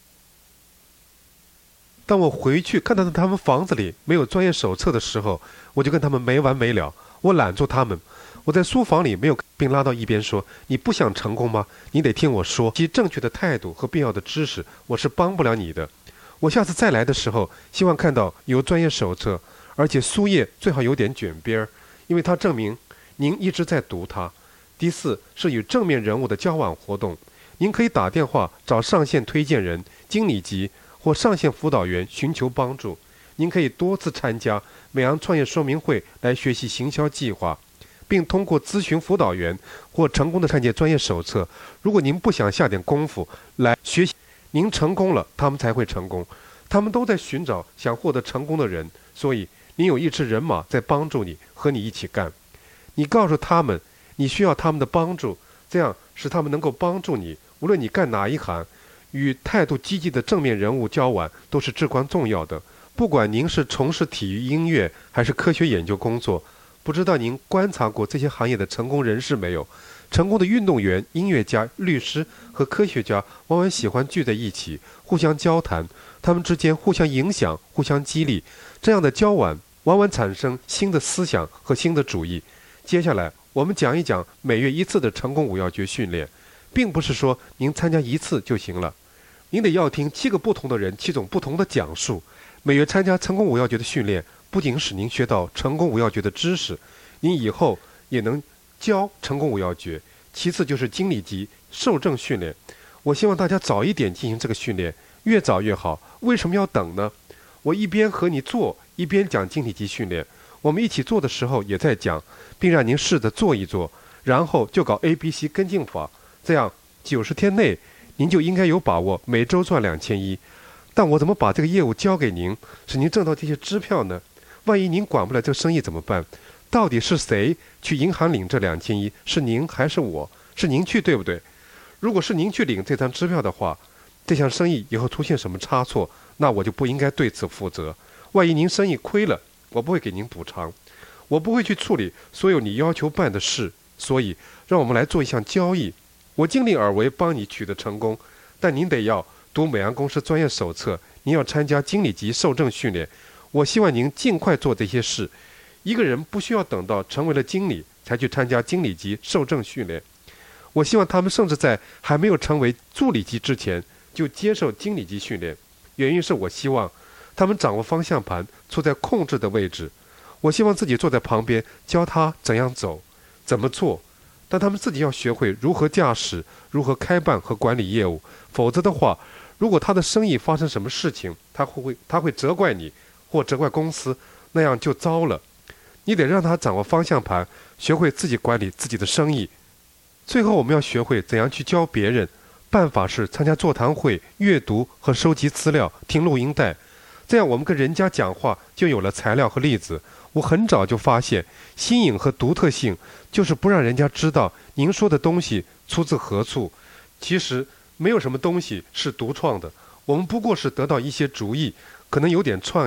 当我回去看到他们房子里没有专业手册的时候，我就跟他们没完没了。我拦住他们，我在书房里没有，并拉到一边说，你不想成功吗？你得听我说，其正确的态度和必要的知识，我是帮不了你的。我下次再来的时候，希望看到有专业手册，而且书页最好有点卷边，因为它证明您一直在读它。第四是与正面人物的交往活动，您可以打电话找上线推荐人、经理级或上线辅导员寻求帮助。您可以多次参加美昂创业说明会来学习行销计划，并通过咨询辅导员或成功的看见专业手册。如果您不想下点功夫来学习，您成功了，他们才会成功。他们都在寻找想获得成功的人，所以您有一支人马在帮助你，和你一起干。你告诉他们你需要他们的帮助，这样使他们能够帮助你。无论你干哪一行，与态度积极的正面人物交往都是至关重要的。不管您是从事体育、音乐还是科学研究工作，不知道您观察过这些行业的成功人士没有？成功的运动员、音乐家、律师和科学家往往喜欢聚在一起，互相交谈，他们之间互相影响、互相激励，这样的交往往往产生新的思想和新的主意。接下来我们讲一讲每月1次的成功五要诀训练，并不是说您参加1次就行了，您得要听7个不同的人7种不同的讲述。每月参加成功五要诀的训练，不仅使您学到成功五要诀的知识，您以后也能教成功五要诀。其次就是经理级受证训练，我希望大家早一点进行这个训练，越早越好。为什么要等呢？我一边和你做，一边讲经理级训练。我们一起做的时候也在讲，并让您试着做一做，然后就搞 ABC 跟进法，这样90天内您就应该有把握每周赚2100。但我怎么把这个业务交给您，使您挣到这些支票呢？万一您管不了这个生意怎么办？到底是谁去银行领这2100？是您还是我？是您去，对不对？如果是您去领这张支票的话，这项生意以后出现什么差错，那我就不应该对此负责。万一您生意亏了，我不会给您补偿，我不会去处理所有你要求办的事。所以让我们来做一项交易，我尽力而为帮你取得成功，但您得要读美安公司专业手册，您要参加经理级受证训练。我希望您尽快做这些事。一个人不需要等到成为了经理才去参加经理级受证训练，我希望他们甚至在还没有成为助理级之前就接受经理级训练。原因是我希望他们掌握方向盘，处在控制的位置。我希望自己坐在旁边教他怎样走，怎么做，但他们自己要学会如何驾驶，如何开办和管理业务。否则的话，如果他的生意发生什么事情，他会责怪你或责怪公司，那样就糟了。你得让他掌握方向盘，学会自己管理自己的生意。最后我们要学会怎样去教别人，办法是参加座谈会、阅读和收集资料、听录音带，这样我们跟人家讲话就有了材料和例子。我很早就发现，新颖和独特性就是不让人家知道您说的东西出自何处。其实没有什么东西是独创的，我们不过是得到一些主意，可能有点创意，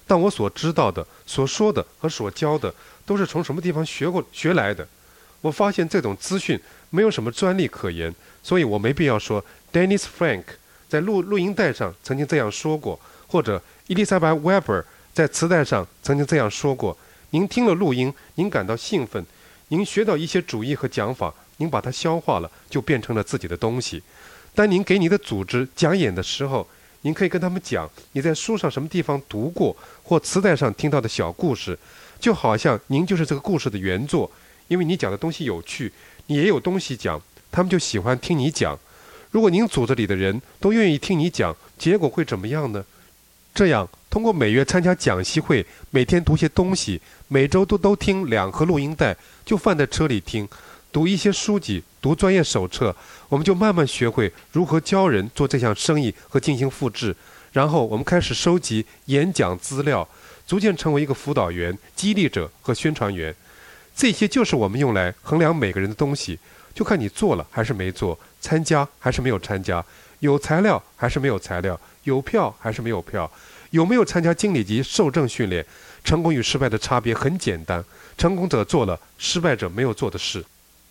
但我所知道的、所说的和所教的都是从什么地方学来的。我发现这种资讯没有什么专利可言，所以我没必要说 Dennis Frank 在录音带上曾经这样说过，或者伊丽莎白·韦伯在磁带上曾经这样说过。您听了录音，您感到兴奋，您学到一些主义和讲法，您把它消化了，就变成了自己的东西。当您给你的组织讲演的时候，您可以跟他们讲你在书上什么地方读过或磁带上听到的小故事，就好像您就是这个故事的原作，因为你讲的东西有趣，你也有东西讲，他们就喜欢听你讲。如果您组织里的人都愿意听你讲，结果会怎么样呢？这样，通过每月参加讲习会，每天读些东西，每周都听2盒录音带，就放在车里听，读一些书籍，读专业手册，我们就慢慢学会如何教人做这项生意和进行复制。然后我们开始收集演讲资料，逐渐成为一个辅导员、激励者和宣传员。这些就是我们用来衡量每个人的东西，就看你做了还是没做，参加还是没有参加，有材料还是没有材料，有票还是没有票，有没有参加经理级受证训练。成功与失败的差别很简单，成功者做了失败者没有做的事。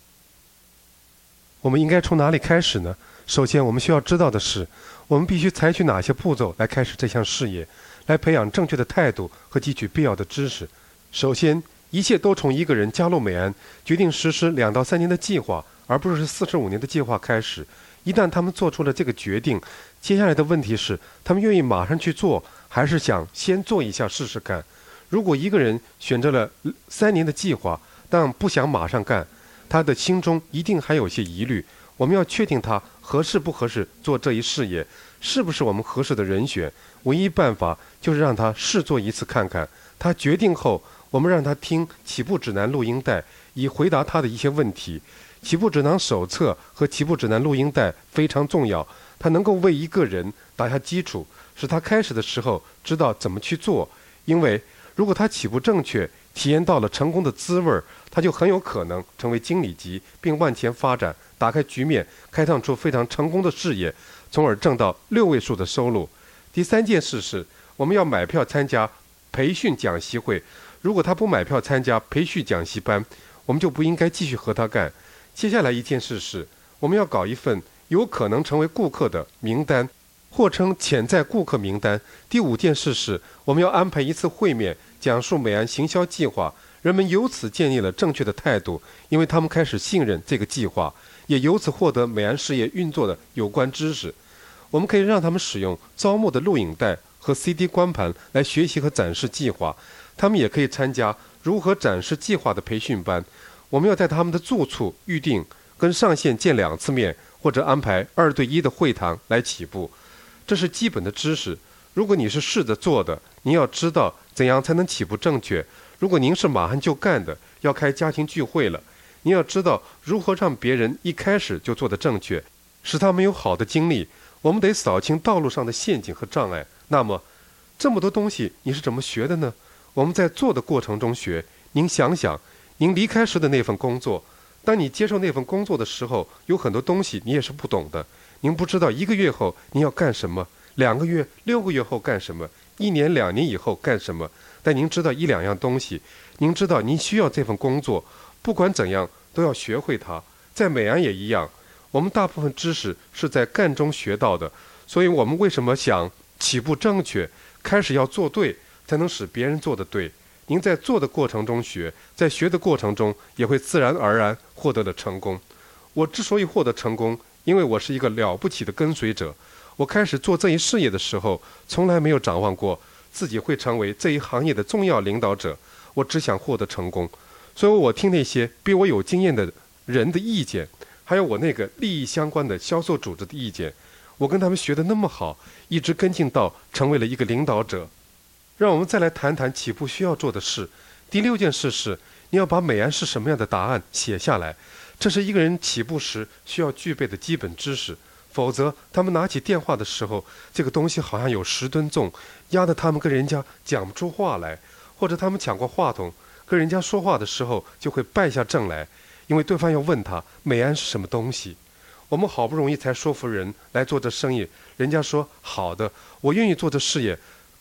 我们应该从哪里开始呢？首先，我们需要知道的是，我们必须采取哪些步骤来开始这项事业，来培养正确的态度和汲取必要的知识。首先，一切都从一个人加入美安，决定实施2到3年的计划，而不是45年的计划开始。一旦他们做出了这个决定，接下来的问题是，他们愿意马上去做，还是想先做一下试试看？如果一个人选择了3年的计划，但不想马上干，他的心中一定还有些疑虑。我们要确定他合适不合适做这一事业，是不是我们合适的人选。唯一办法就是让他试做一次看看。他决定后，我们让他听起步指南录音带，以回答他的一些问题。起步指南手册和起步指南录音带非常重要，它能够为一个人打下基础，使他开始的时候知道怎么去做。因为如果他起步正确，体验到了成功的滋味，他就很有可能成为经理级，并往前发展，打开局面，开创出非常成功的事业，从而挣到6位数的收入。第3件事是，我们要买票参加培训讲习会。如果他不买票参加培训讲习班，我们就不应该继续和他干。接下来一件事是，我们要搞一份有可能成为顾客的名单，或称潜在顾客名单。第5件事是，我们要安排一次会面，讲述美安行销计划。人们由此建立了正确的态度，因为他们开始信任这个计划，也由此获得美安事业运作的有关知识。我们可以让他们使用招募的录影带和 CD 光盘来学习和展示计划。他们也可以参加如何展示计划的培训班。我们要在他们的住处预定跟上线见2次面，或者安排2对1的会谈来起步。这是基本的知识。如果你是试着做的，您要知道怎样才能起步正确。如果您是马上就干的，要开家庭聚会了，您要知道如何让别人一开始就做得正确，使他们有好的经历。我们得扫清道路上的陷阱和障碍。那么，这么多东西你是怎么学的呢？我们在做的过程中学。您想想，您离开时的那份工作，当你接受那份工作的时候，有很多东西你也是不懂的。您不知道1个月后您要干什么，2个月、6个月后干什么，1年、2年以后干什么。但您知道1、2样东西，您知道您需要这份工作，不管怎样都要学会它。在美安也一样，我们大部分知识是在干中学到的，所以我们为什么想起步正确，开始要做对，才能使别人做得对。您在做的过程中学，在学的过程中也会自然而然获得了成功。我之所以获得成功，因为我是一个了不起的跟随者。我开始做这一事业的时候，从来没有展望过自己会成为这一行业的重要领导者。我只想获得成功，所以我听那些比我有经验的人的意见，还有我那个利益相关的销售组织的意见。我跟他们学得那么好，一直跟进到成为了一个领导者。让我们再来谈谈起步需要做的事。第6件事是，你要把美安是什么样的答案写下来。这是一个人起步时需要具备的基本知识，否则他们拿起电话的时候，这个东西好像有10吨重，压得他们跟人家讲不出话来。或者他们抢过话筒，跟人家说话的时候就会败下阵来，因为对方要问他美安是什么东西。我们好不容易才说服人来做这生意，人家说好的，我愿意做这事业，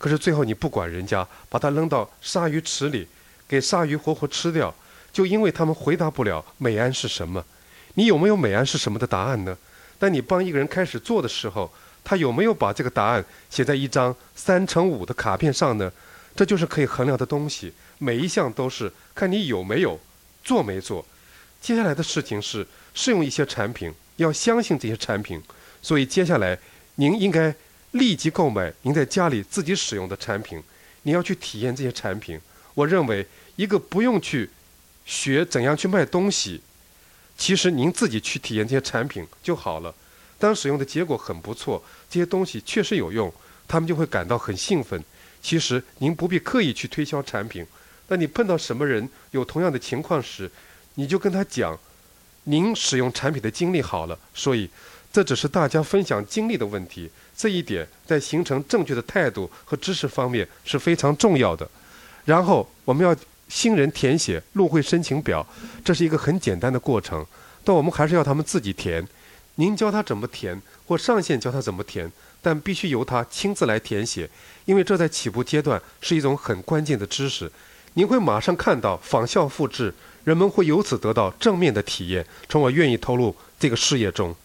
可是最后你不管人家，把它扔到鲨鱼池里，给鲨鱼活活吃掉，就因为他们回答不了美安是什么。你有没有美安是什么的答案呢？当你帮一个人开始做的时候，他有没有把这个答案写在一张3×5的卡片上呢？这就是可以衡量的东西，每一项都是看你有没有做没做。接下来的事情是试用一些产品，要相信这些产品。所以接下来您应该立即购买您在家里自己使用的产品，你要去体验这些产品。我认为一个不用去学怎样去卖东西，其实您自己去体验这些产品就好了。当使用的结果很不错，这些东西确实有用，他们就会感到很兴奋。其实您不必刻意去推销产品，当你碰到什么人有同样的情况时，你就跟他讲您使用产品的经历好了。所以这只是大家分享经历的问题，这一点在形成正确的态度和知识方面是非常重要的。然后我们要新人填写入会申请表，这是一个很简单的过程，但我们还是要他们自己填。您教他怎么填，或上线教他怎么填，但必须由他亲自来填写，因为这在起步阶段是一种很关键的知识。您会马上看到仿效复制，人们会由此得到正面的体验，从而愿意投入这个事业中。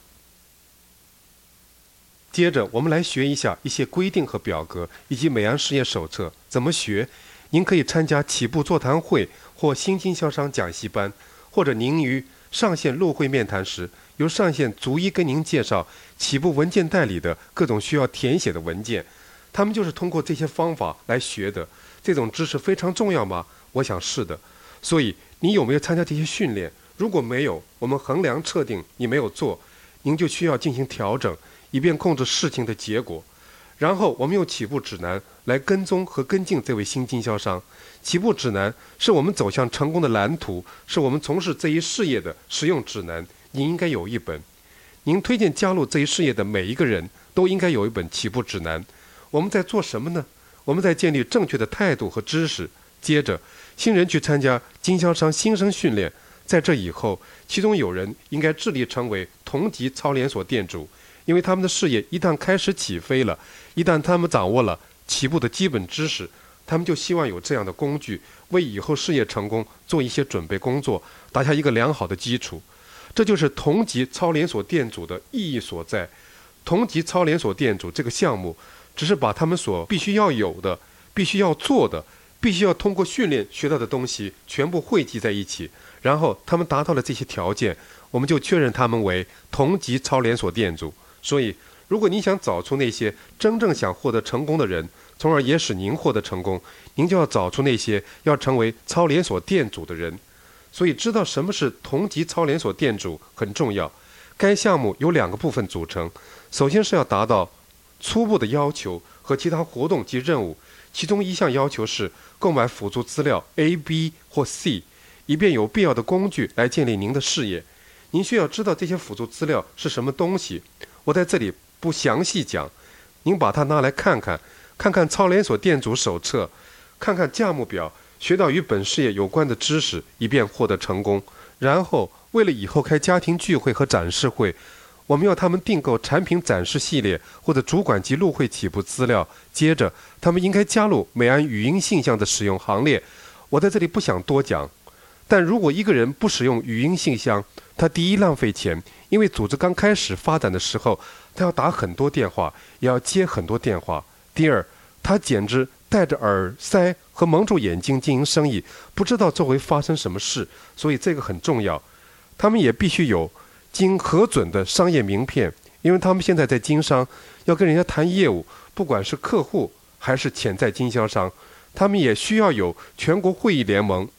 接着我们来学一下一些规定和表格，以及美安事业手册怎么学。您可以参加起步座谈会或新经销商讲习班，或者您于上线入会面谈时，由上线逐一跟您介绍起步文件袋里的各种需要填写的文件。他们就是通过这些方法来学的。这种知识非常重要吗？我想是的。所以你有没有参加这些训练？如果没有，我们衡量测定你没有做，您就需要进行调整，以便控制事情的结果。然后我们用起步指南来跟踪和跟进这位新经销商。起步指南是我们走向成功的蓝图，是我们从事这一事业的实用指南。您应该有一本。您推荐加入这一事业的每一个人都应该有一本起步指南。我们在做什么呢？我们在建立正确的态度和知识。接着新人去参加经销商新生训练，在这以后，其中有人应该致力成为同级超连锁店主，因为他们的事业一旦开始起飞了，一旦他们掌握了起步的基本知识，他们就希望有这样的工具，为以后事业成功做一些准备工作，打下一个良好的基础。这就是同级超连锁店主的意义所在。同级超连锁店主这个项目只是把他们所必须要有的、必须要做的、必须要通过训练学到的东西全部汇集在一起，然后他们达到了这些条件，我们就确认他们为同级超连锁店主。所以如果你想找出那些真正想获得成功的人，从而也使您获得成功，您就要找出那些要成为超连锁店主的人。所以知道什么是同级超连锁店主很重要。该项目由2个部分组成，首先是要达到初步的要求和其他活动及任务，其中一项要求是购买辅助资料 A、B 或 C， 以便有必要的工具来建立您的事业。您需要知道这些辅助资料是什么东西，我在这里不详细讲，您把它拿来看看，看看超连锁店主手册，看看价目表，学到与本事业有关的知识，以便获得成功。然后为了以后开家庭聚会和展示会，我们要他们订购产品展示系列或者主管级入会起步资料。接着他们应该加入美安语音信箱的使用行列。我在这里不想多讲，但如果一个人不使用语音信箱，他第一浪费钱，因为组织刚开始发展的时候，他要打很多电话，也要接很多电话。第二，他简直戴着耳塞和蒙住眼睛经营生意，不知道周围发生什么事，所以这个很重要。他们也必须有经核准的商业名片，因为他们现在在经商，要跟人家谈业务，不管是客户还是潜在经销商。他们也需要有全国会议联盟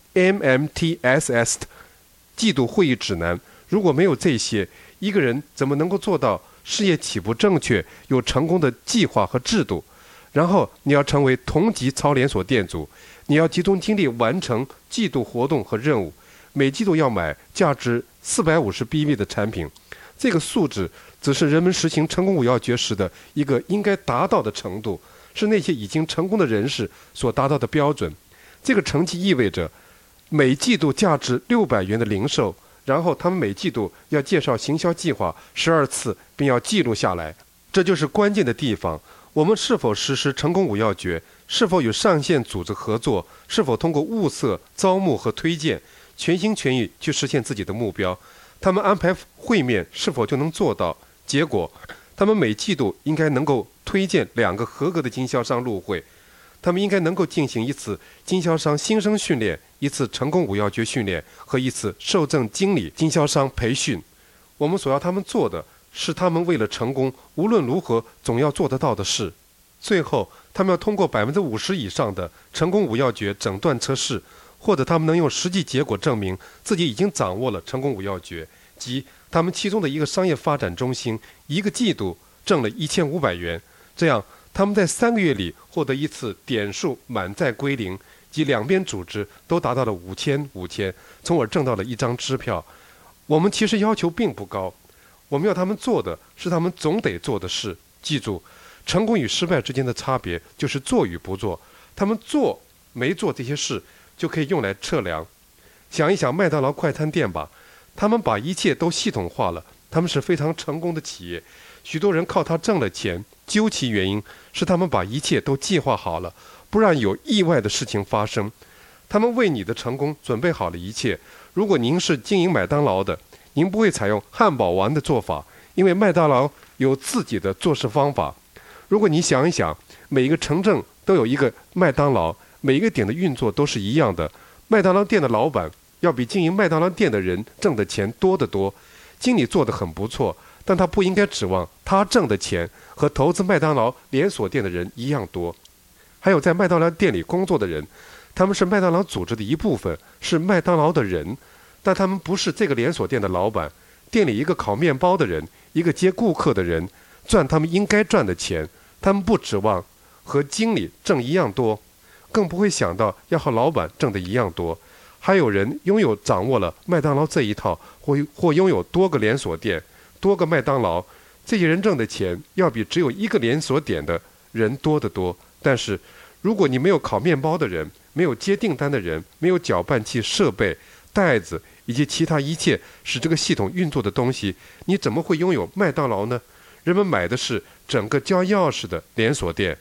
MMTSS 的季度会议指南。如果没有这些，一个人怎么能够做到事业起步正确，有成功的计划和制度？然后你要成为同级超连锁店主，你要集中精力完成季度活动和任务，每季度要买价值450 BV 的产品。这个数值只是人们实行成功5要诀时的一个应该达到的程度，是那些已经成功的人士所达到的标准。这个成绩意味着每季度价值600元的零售，然后他们每季度要介绍行销计划12次，并要记录下来。这就是关键的地方。 我们是否实施成功五要诀？是否与上线组织合作？是否通过物色、招募和推荐，全心全意去实现自己的目标？他们安排会面是否就能做到？结果，他们每季度应该能够推荐2个合格的经销商入会。他们应该能够进行1次经销商新生训练、1次成功五要诀训练和1次受证经理经销商培训。我们所要他们做的是他们为了成功无论如何总要做得到的事。最后，他们要通过50%以上的成功五要诀诊断测试，或者他们能用实际结果证明自己已经掌握了成功五要诀，即他们其中的一个商业发展中心1个季度挣了1500元，这样他们在3个月里获得1次点数满载归零，即两边组织都达到了5000，从而挣到了1张支票。我们其实要求并不高，我们要他们做的是他们总得做的事。记住，成功与失败之间的差别就是做与不做。他们做没做这些事就可以用来测量。想一想麦当劳快餐店吧，他们把一切都系统化了，他们是非常成功的企业，许多人靠它挣了钱。究其原因是他们把一切都计划好了，不让有意外的事情发生。他们为你的成功准备好了一切。如果您是经营麦当劳的，您不会采用汉堡王的做法，因为麦当劳有自己的做事方法。如果你想一想，每一个城镇都有一个麦当劳，每一个点的运作都是一样的。麦当劳店的老板要比经营麦当劳店的人挣的钱多得多。经理做得很不错，但他不应该指望他挣的钱和投资麦当劳连锁店的人一样多。还有在麦当劳店里工作的人，他们是麦当劳组织的一部分，是麦当劳的人，但他们不是这个连锁店的老板。店里一个烤面包的人，一个接顾客的人，赚他们应该赚的钱，他们不指望和经理挣一样多，更不会想到要和老板挣的一样多。还有人掌握了麦当劳这一套，或拥有多个连锁店、多个麦当劳，这些人挣的钱要比只有1个连锁店的人多得多。但是，如果你没有烤面包的人，没有接订单的人，没有搅拌器设备、袋子以及其他一切使这个系统运作的东西，你怎么会拥有麦当劳呢？人们买的是整个交钥匙的连锁店。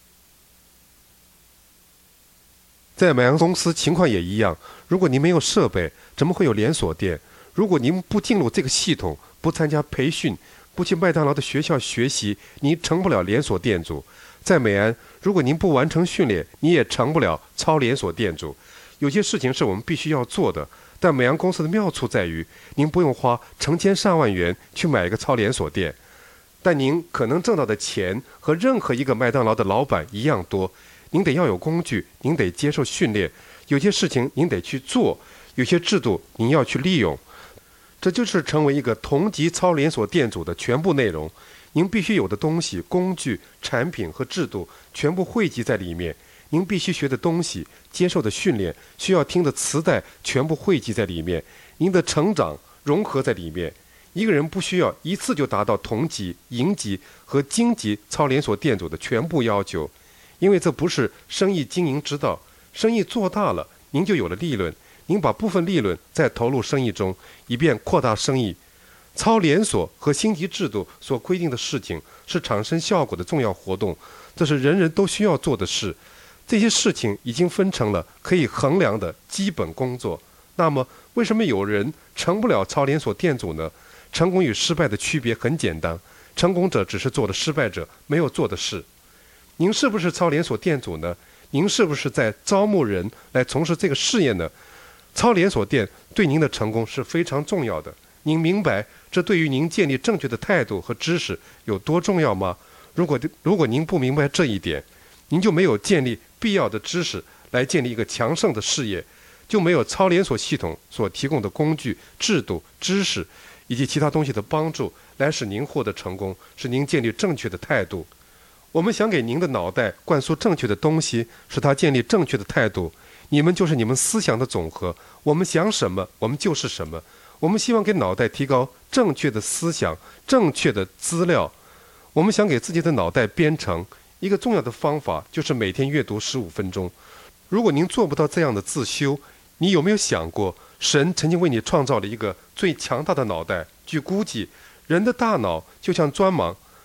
在麦当劳公司情况也一样，如果您没有设备，怎么会有连锁店？如果您不进入这个系统，不参加培训，不去麦当劳的学校学习，您成不了连锁店主。在美安，如果您不完成训练，你也成不了超连锁店主。有些事情是我们必须要做的，但美安公司的妙处在于，您不用花成千上万元去买一个超连锁店，但您可能挣到的钱和任何一个麦当劳的老板一样多。您得要有工具，您得接受训练，有些事情您得去做，有些制度您要去利用。这就是成为一个同级超连锁店主的全部内容。您必须有的东西、工具、产品和制度全部汇集在里面。您必须学的东西、接受的训练、需要听的磁带全部汇集在里面。您的成长融合在里面。一个人不需要一次就达到同级、营级和京级超连锁店主的全部要求，因为这不是生意经营之道。生意做大了，您就有了利润，您把部分利润再投入生意中，以便扩大生意。超连锁和星级制度所规定的事情是产生效果的重要活动，这是人人都需要做的事。这些事情已经分成了可以衡量的基本工作。那么，为什么有人成不了超连锁店主呢？成功与失败的区别很简单，成功者只是做了失败者没有做的事。您是不是超连锁店主呢？您是不是在招募人来从事这个事业呢？超连锁店对您的成功是非常重要的。您明白这对于您建立正确的态度和知识有多重要吗？如果您不明白这一点，您就没有建立必要的知识来建立一个强盛的事业，就没有超连锁系统所提供的工具、制度、知识以及其他东西的帮助来使您获得成功，使您建立正确的态度。我们想给您的脑袋灌输正确的东西，使它建立正确的态度。你们就是你们思想的总和，我们想什么，我们就是什么。我们希望给脑袋提高正确的思想、正确的资料。我们想给自己的脑袋编程，一个重要的方法就是每天阅读15分钟。如果您做不到这样的自修，你有没有想过，神曾经为你创造了一个最强大的脑袋？据估计，人的大脑就像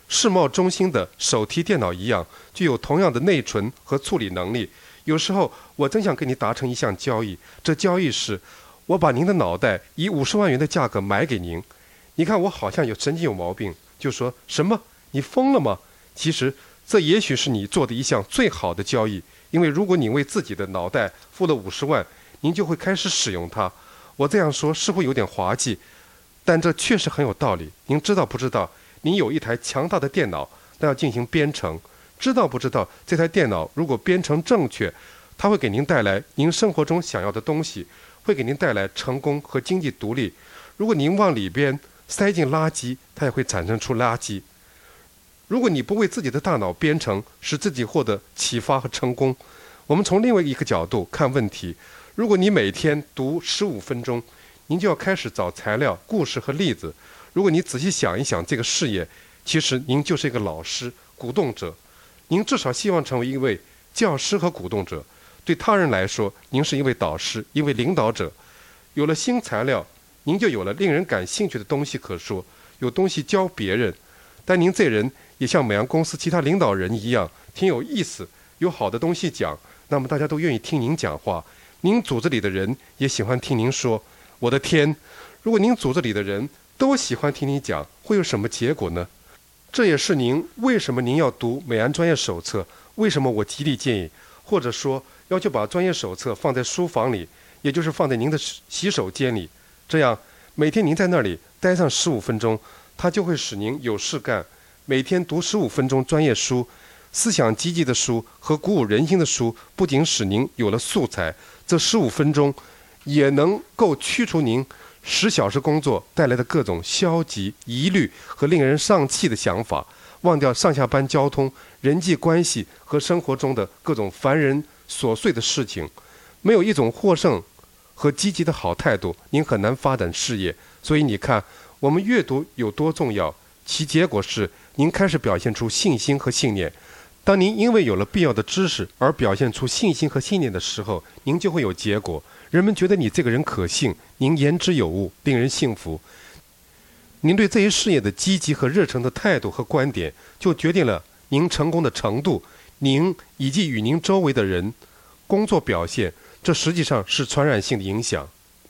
世贸中心的手提电脑一样，具有同样的内存和处理能力。有时候我真想跟你达成一项交易，这交易是我把您的脑袋以50万元的价格买给您。你看我好像神经有毛病，就说什么你疯了吗？其实这也许是你做的一项最好的交易，因为如果你为自己的脑袋付了50万，您就会开始使用它。我这样说似乎有点滑稽，但这确实很有道理。您知道不知道，您有一台强大的电脑，但要进行编程。知道不知道，这台电脑如果编程正确，它会给您带来您生活中想要的东西，会给您带来成功和经济独立。如果您往里边塞进垃圾，它也会产生出垃圾。如果你不为自己的大脑编程，使自己获得启发和成功，我们从另外一个角度看问题。如果你每天读15分钟，您就要开始找材料、故事和例子。如果你仔细想一想这个事业，其实您就是一个老师、鼓动者。您至少希望成为一位教师和鼓动者。对他人来说，您是一位导师、一位领导者。有了新材料，您就有了令人感兴趣的东西可说，有东西教别人。但您这人也像美洋公司其他领导人一样，挺有意思，有好的东西讲，那么大家都愿意听您讲话。您组织里的人也喜欢听您说。我的天，如果您组织里的人都喜欢听你讲，会有什么结果呢？这也是为什么您要读美安专业手册，为什么我极力建议，或者说要求把专业手册放在书房里，也就是放在您的洗手间里。这样每天您在那里待上15分钟，它就会使您有事干。每天读15分钟专业书，思想积极的书和鼓舞人心的书，不仅使您有了素材，这15分钟也能够驱除您10小时工作带来的各种消极、疑虑和令人丧气的想法，忘掉上下班交通、人际关系和生活中的各种烦人琐碎的事情。没有一种获胜和积极的好态度，您很难发展事业。所以你看，我们阅读有多重要，其结果是您开始表现出信心和信念。当您因为有了必要的知识而表现出信心和信念的时候，您就会有结果。人们觉得你这个人可信，您言之有物，令人信服。您对这一事业的积极和热诚的态度和观点，就决定了您成功的程度，您以及与您周围的人工作表现。这实际上是传染性的影响。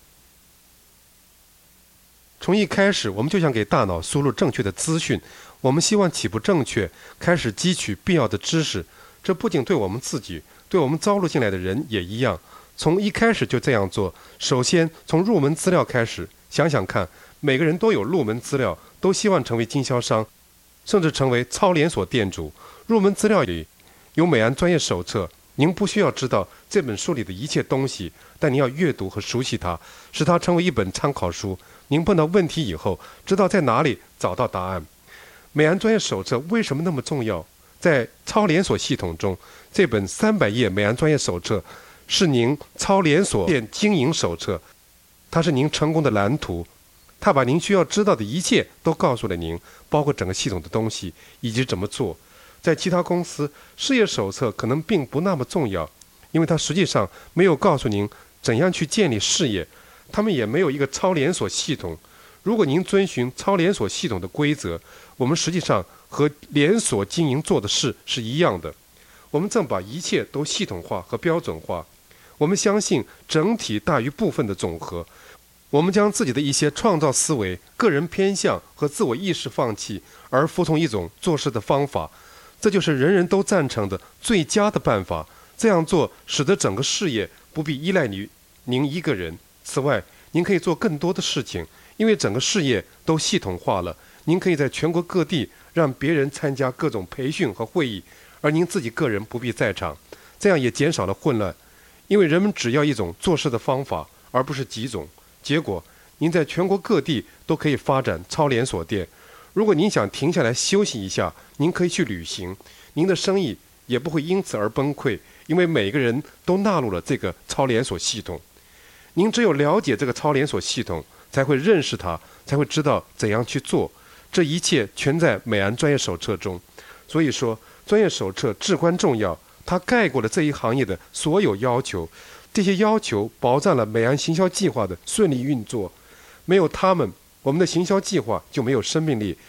从一开始，我们就想给大脑输入正确的资讯，我们希望起步正确，开始汲取必要的知识。这不仅对我们自己，对我们招录进来的人也一样。从一开始就这样做。首先从入门资料开始，想想看，每个人都有入门资料，都希望成为经销商，甚至成为超连锁店主。入门资料里有美安专业手册，您不需要知道这本书里的一切东西，但您要阅读和熟悉它，使它成为一本参考书。您碰到问题以后，知道在哪里找到答案。美安专业手册为什么那么重要？在超连锁系统中，这本300页美安专业手册是您超连锁店经营手册，它是您成功的蓝图。它把您需要知道的一切都告诉了您，包括整个系统的东西以及怎么做。在其他公司，事业手册可能并不那么重要，因为它实际上没有告诉您怎样去建立事业，他们也没有一个超连锁系统。如果您遵循超连锁系统的规则，我们实际上和连锁经营做的事是一样的。我们正把一切都系统化和标准化。我们相信整体大于部分的总和。我们将自己的一些创造思维、个人偏向和自我意识放弃，而服从一种做事的方法。这就是人人都赞成的最佳的办法。这样做使得整个事业不必依赖您一个人。此外，您可以做更多的事情，因为整个事业都系统化了。您可以在全国各地让别人参加各种培训和会议，而您自己个人不必在场。这样也减少了混乱，因为人们只要一种做事的方法，而不是几种。结果，您在全国各地都可以发展超连锁店。如果您想停下来休息一下，您可以去旅行。您的生意也不会因此而崩溃，因为每个人都纳入了这个超连锁系统。您只有了解这个超连锁系统，才会认识它，才会知道怎样去做。这一切全在美安专业手册中。所以说，专业手册至关重要，它概括了这一行业的所有要求。这些要求保障了美安行销计划的顺利运作。没有它们，我们的行销计划就没有生命力。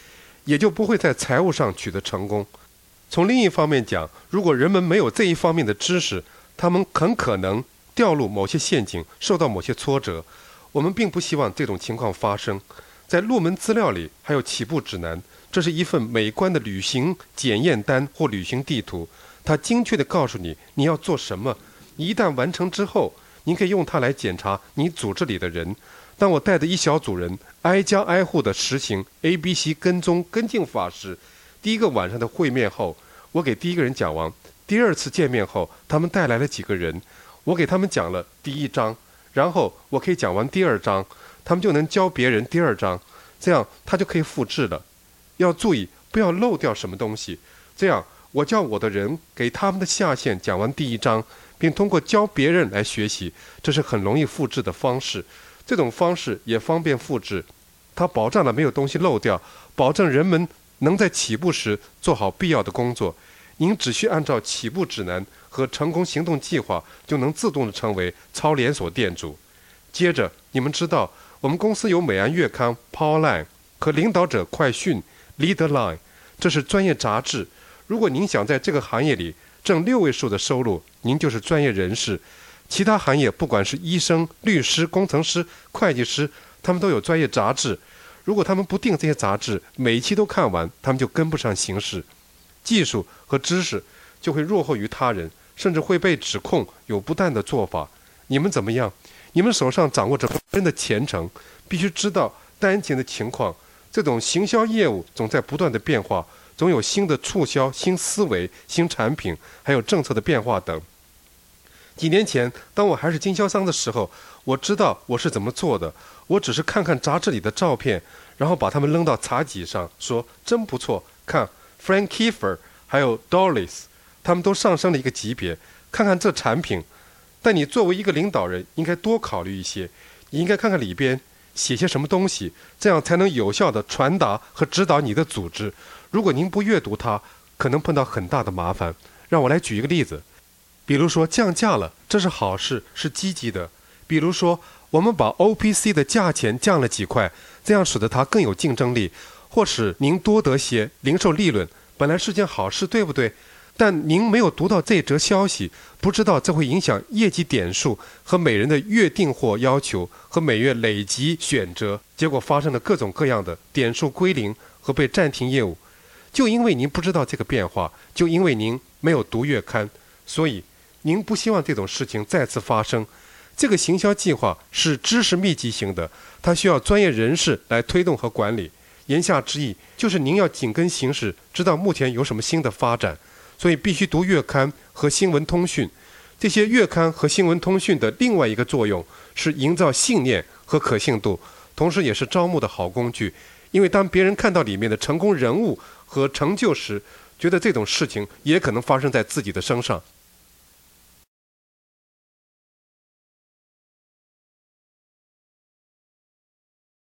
也就不会在财务上取得成功。从另一方面讲，如果人们没有这一方面的知识，他们很可能掉入某些陷阱，受到某些挫折。我们并不希望这种情况发生。在入门资料里还有起步指南，这是一份美观的旅行检验单或旅行地图，它精确地告诉你你要做什么。一旦完成之后，您可以用它来检查你组织里的人。当我带着一小组人挨家挨户地实行 ABC 跟踪跟进法时，第一个晚上的会面后，我给第一个人讲完。第二次见面后，他们带来了几个人，我给他们讲了第一章，然后我可以讲完第二章，他们就能教别人第二章，这样他就可以复制了。要注意不要漏掉什么东西，这样我叫我的人给他们的下线讲完第一章，并通过教别人来学习，这是很容易复制的方式。这种方式也方便复制，它保障了没有东西漏掉，保证人们能在起步时做好必要的工作。您只需按照起步指南和成功行动计划，就能自动地成为超连锁店主。接着，你们知道我们公司有美安月刊 Powerline 和领导者快讯 Leaderline， 这是专业杂志。如果您想在这个行业里挣6位数的收入，您就是专业人士。其他行业不管是医生、律师、工程师、会计师，他们都有专业杂志。如果他们不订这些杂志，每一期都看完，他们就跟不上形势，技术和知识就会落后于他人，甚至会被指控有不当的做法。你们怎么样？你们手上掌握着别人的前程，必须知道当前的情况。这种行销业务总在不断的变化，总有新的促销、新思维、新产品，还有政策的变化等。几年前，当我还是经销商的时候，我知道我是怎么做的。我只是看看杂志里的照片，然后把它们扔到茶几上，说真不错，看 Frank Kiefer 还有 Doris， 他们都上升了一个级别，看看这产品。但你作为一个领导人，应该多考虑一些，你应该看看里边写些什么东西，这样才能有效地传达和指导你的组织。如果您不阅读它，可能碰到很大的麻烦。让我来举一个例子，比如说降价了，这是好事，是积极的。比如说我们把 OPC 的价钱降了几块，这样使得它更有竞争力，或使您多得些零售利润，本来是件好事，对不对？但您没有读到这则消息，不知道这会影响业绩点数和每人的月订货要求和每月累积选择，结果发生了各种各样的点数归零和被暂停业务。就因为您不知道这个变化，就因为您没有读月刊，所以您不希望这种事情再次发生。这个行销计划是知识密集型的，它需要专业人士来推动和管理。言下之意就是您要紧跟形势，知道目前有什么新的发展，所以必须读月刊和新闻通讯。这些月刊和新闻通讯的另外一个作用是营造信念和可信度，同时也是招募的好工具。因为当别人看到里面的成功人物和成就时，觉得这种事情也可能发生在自己的身上。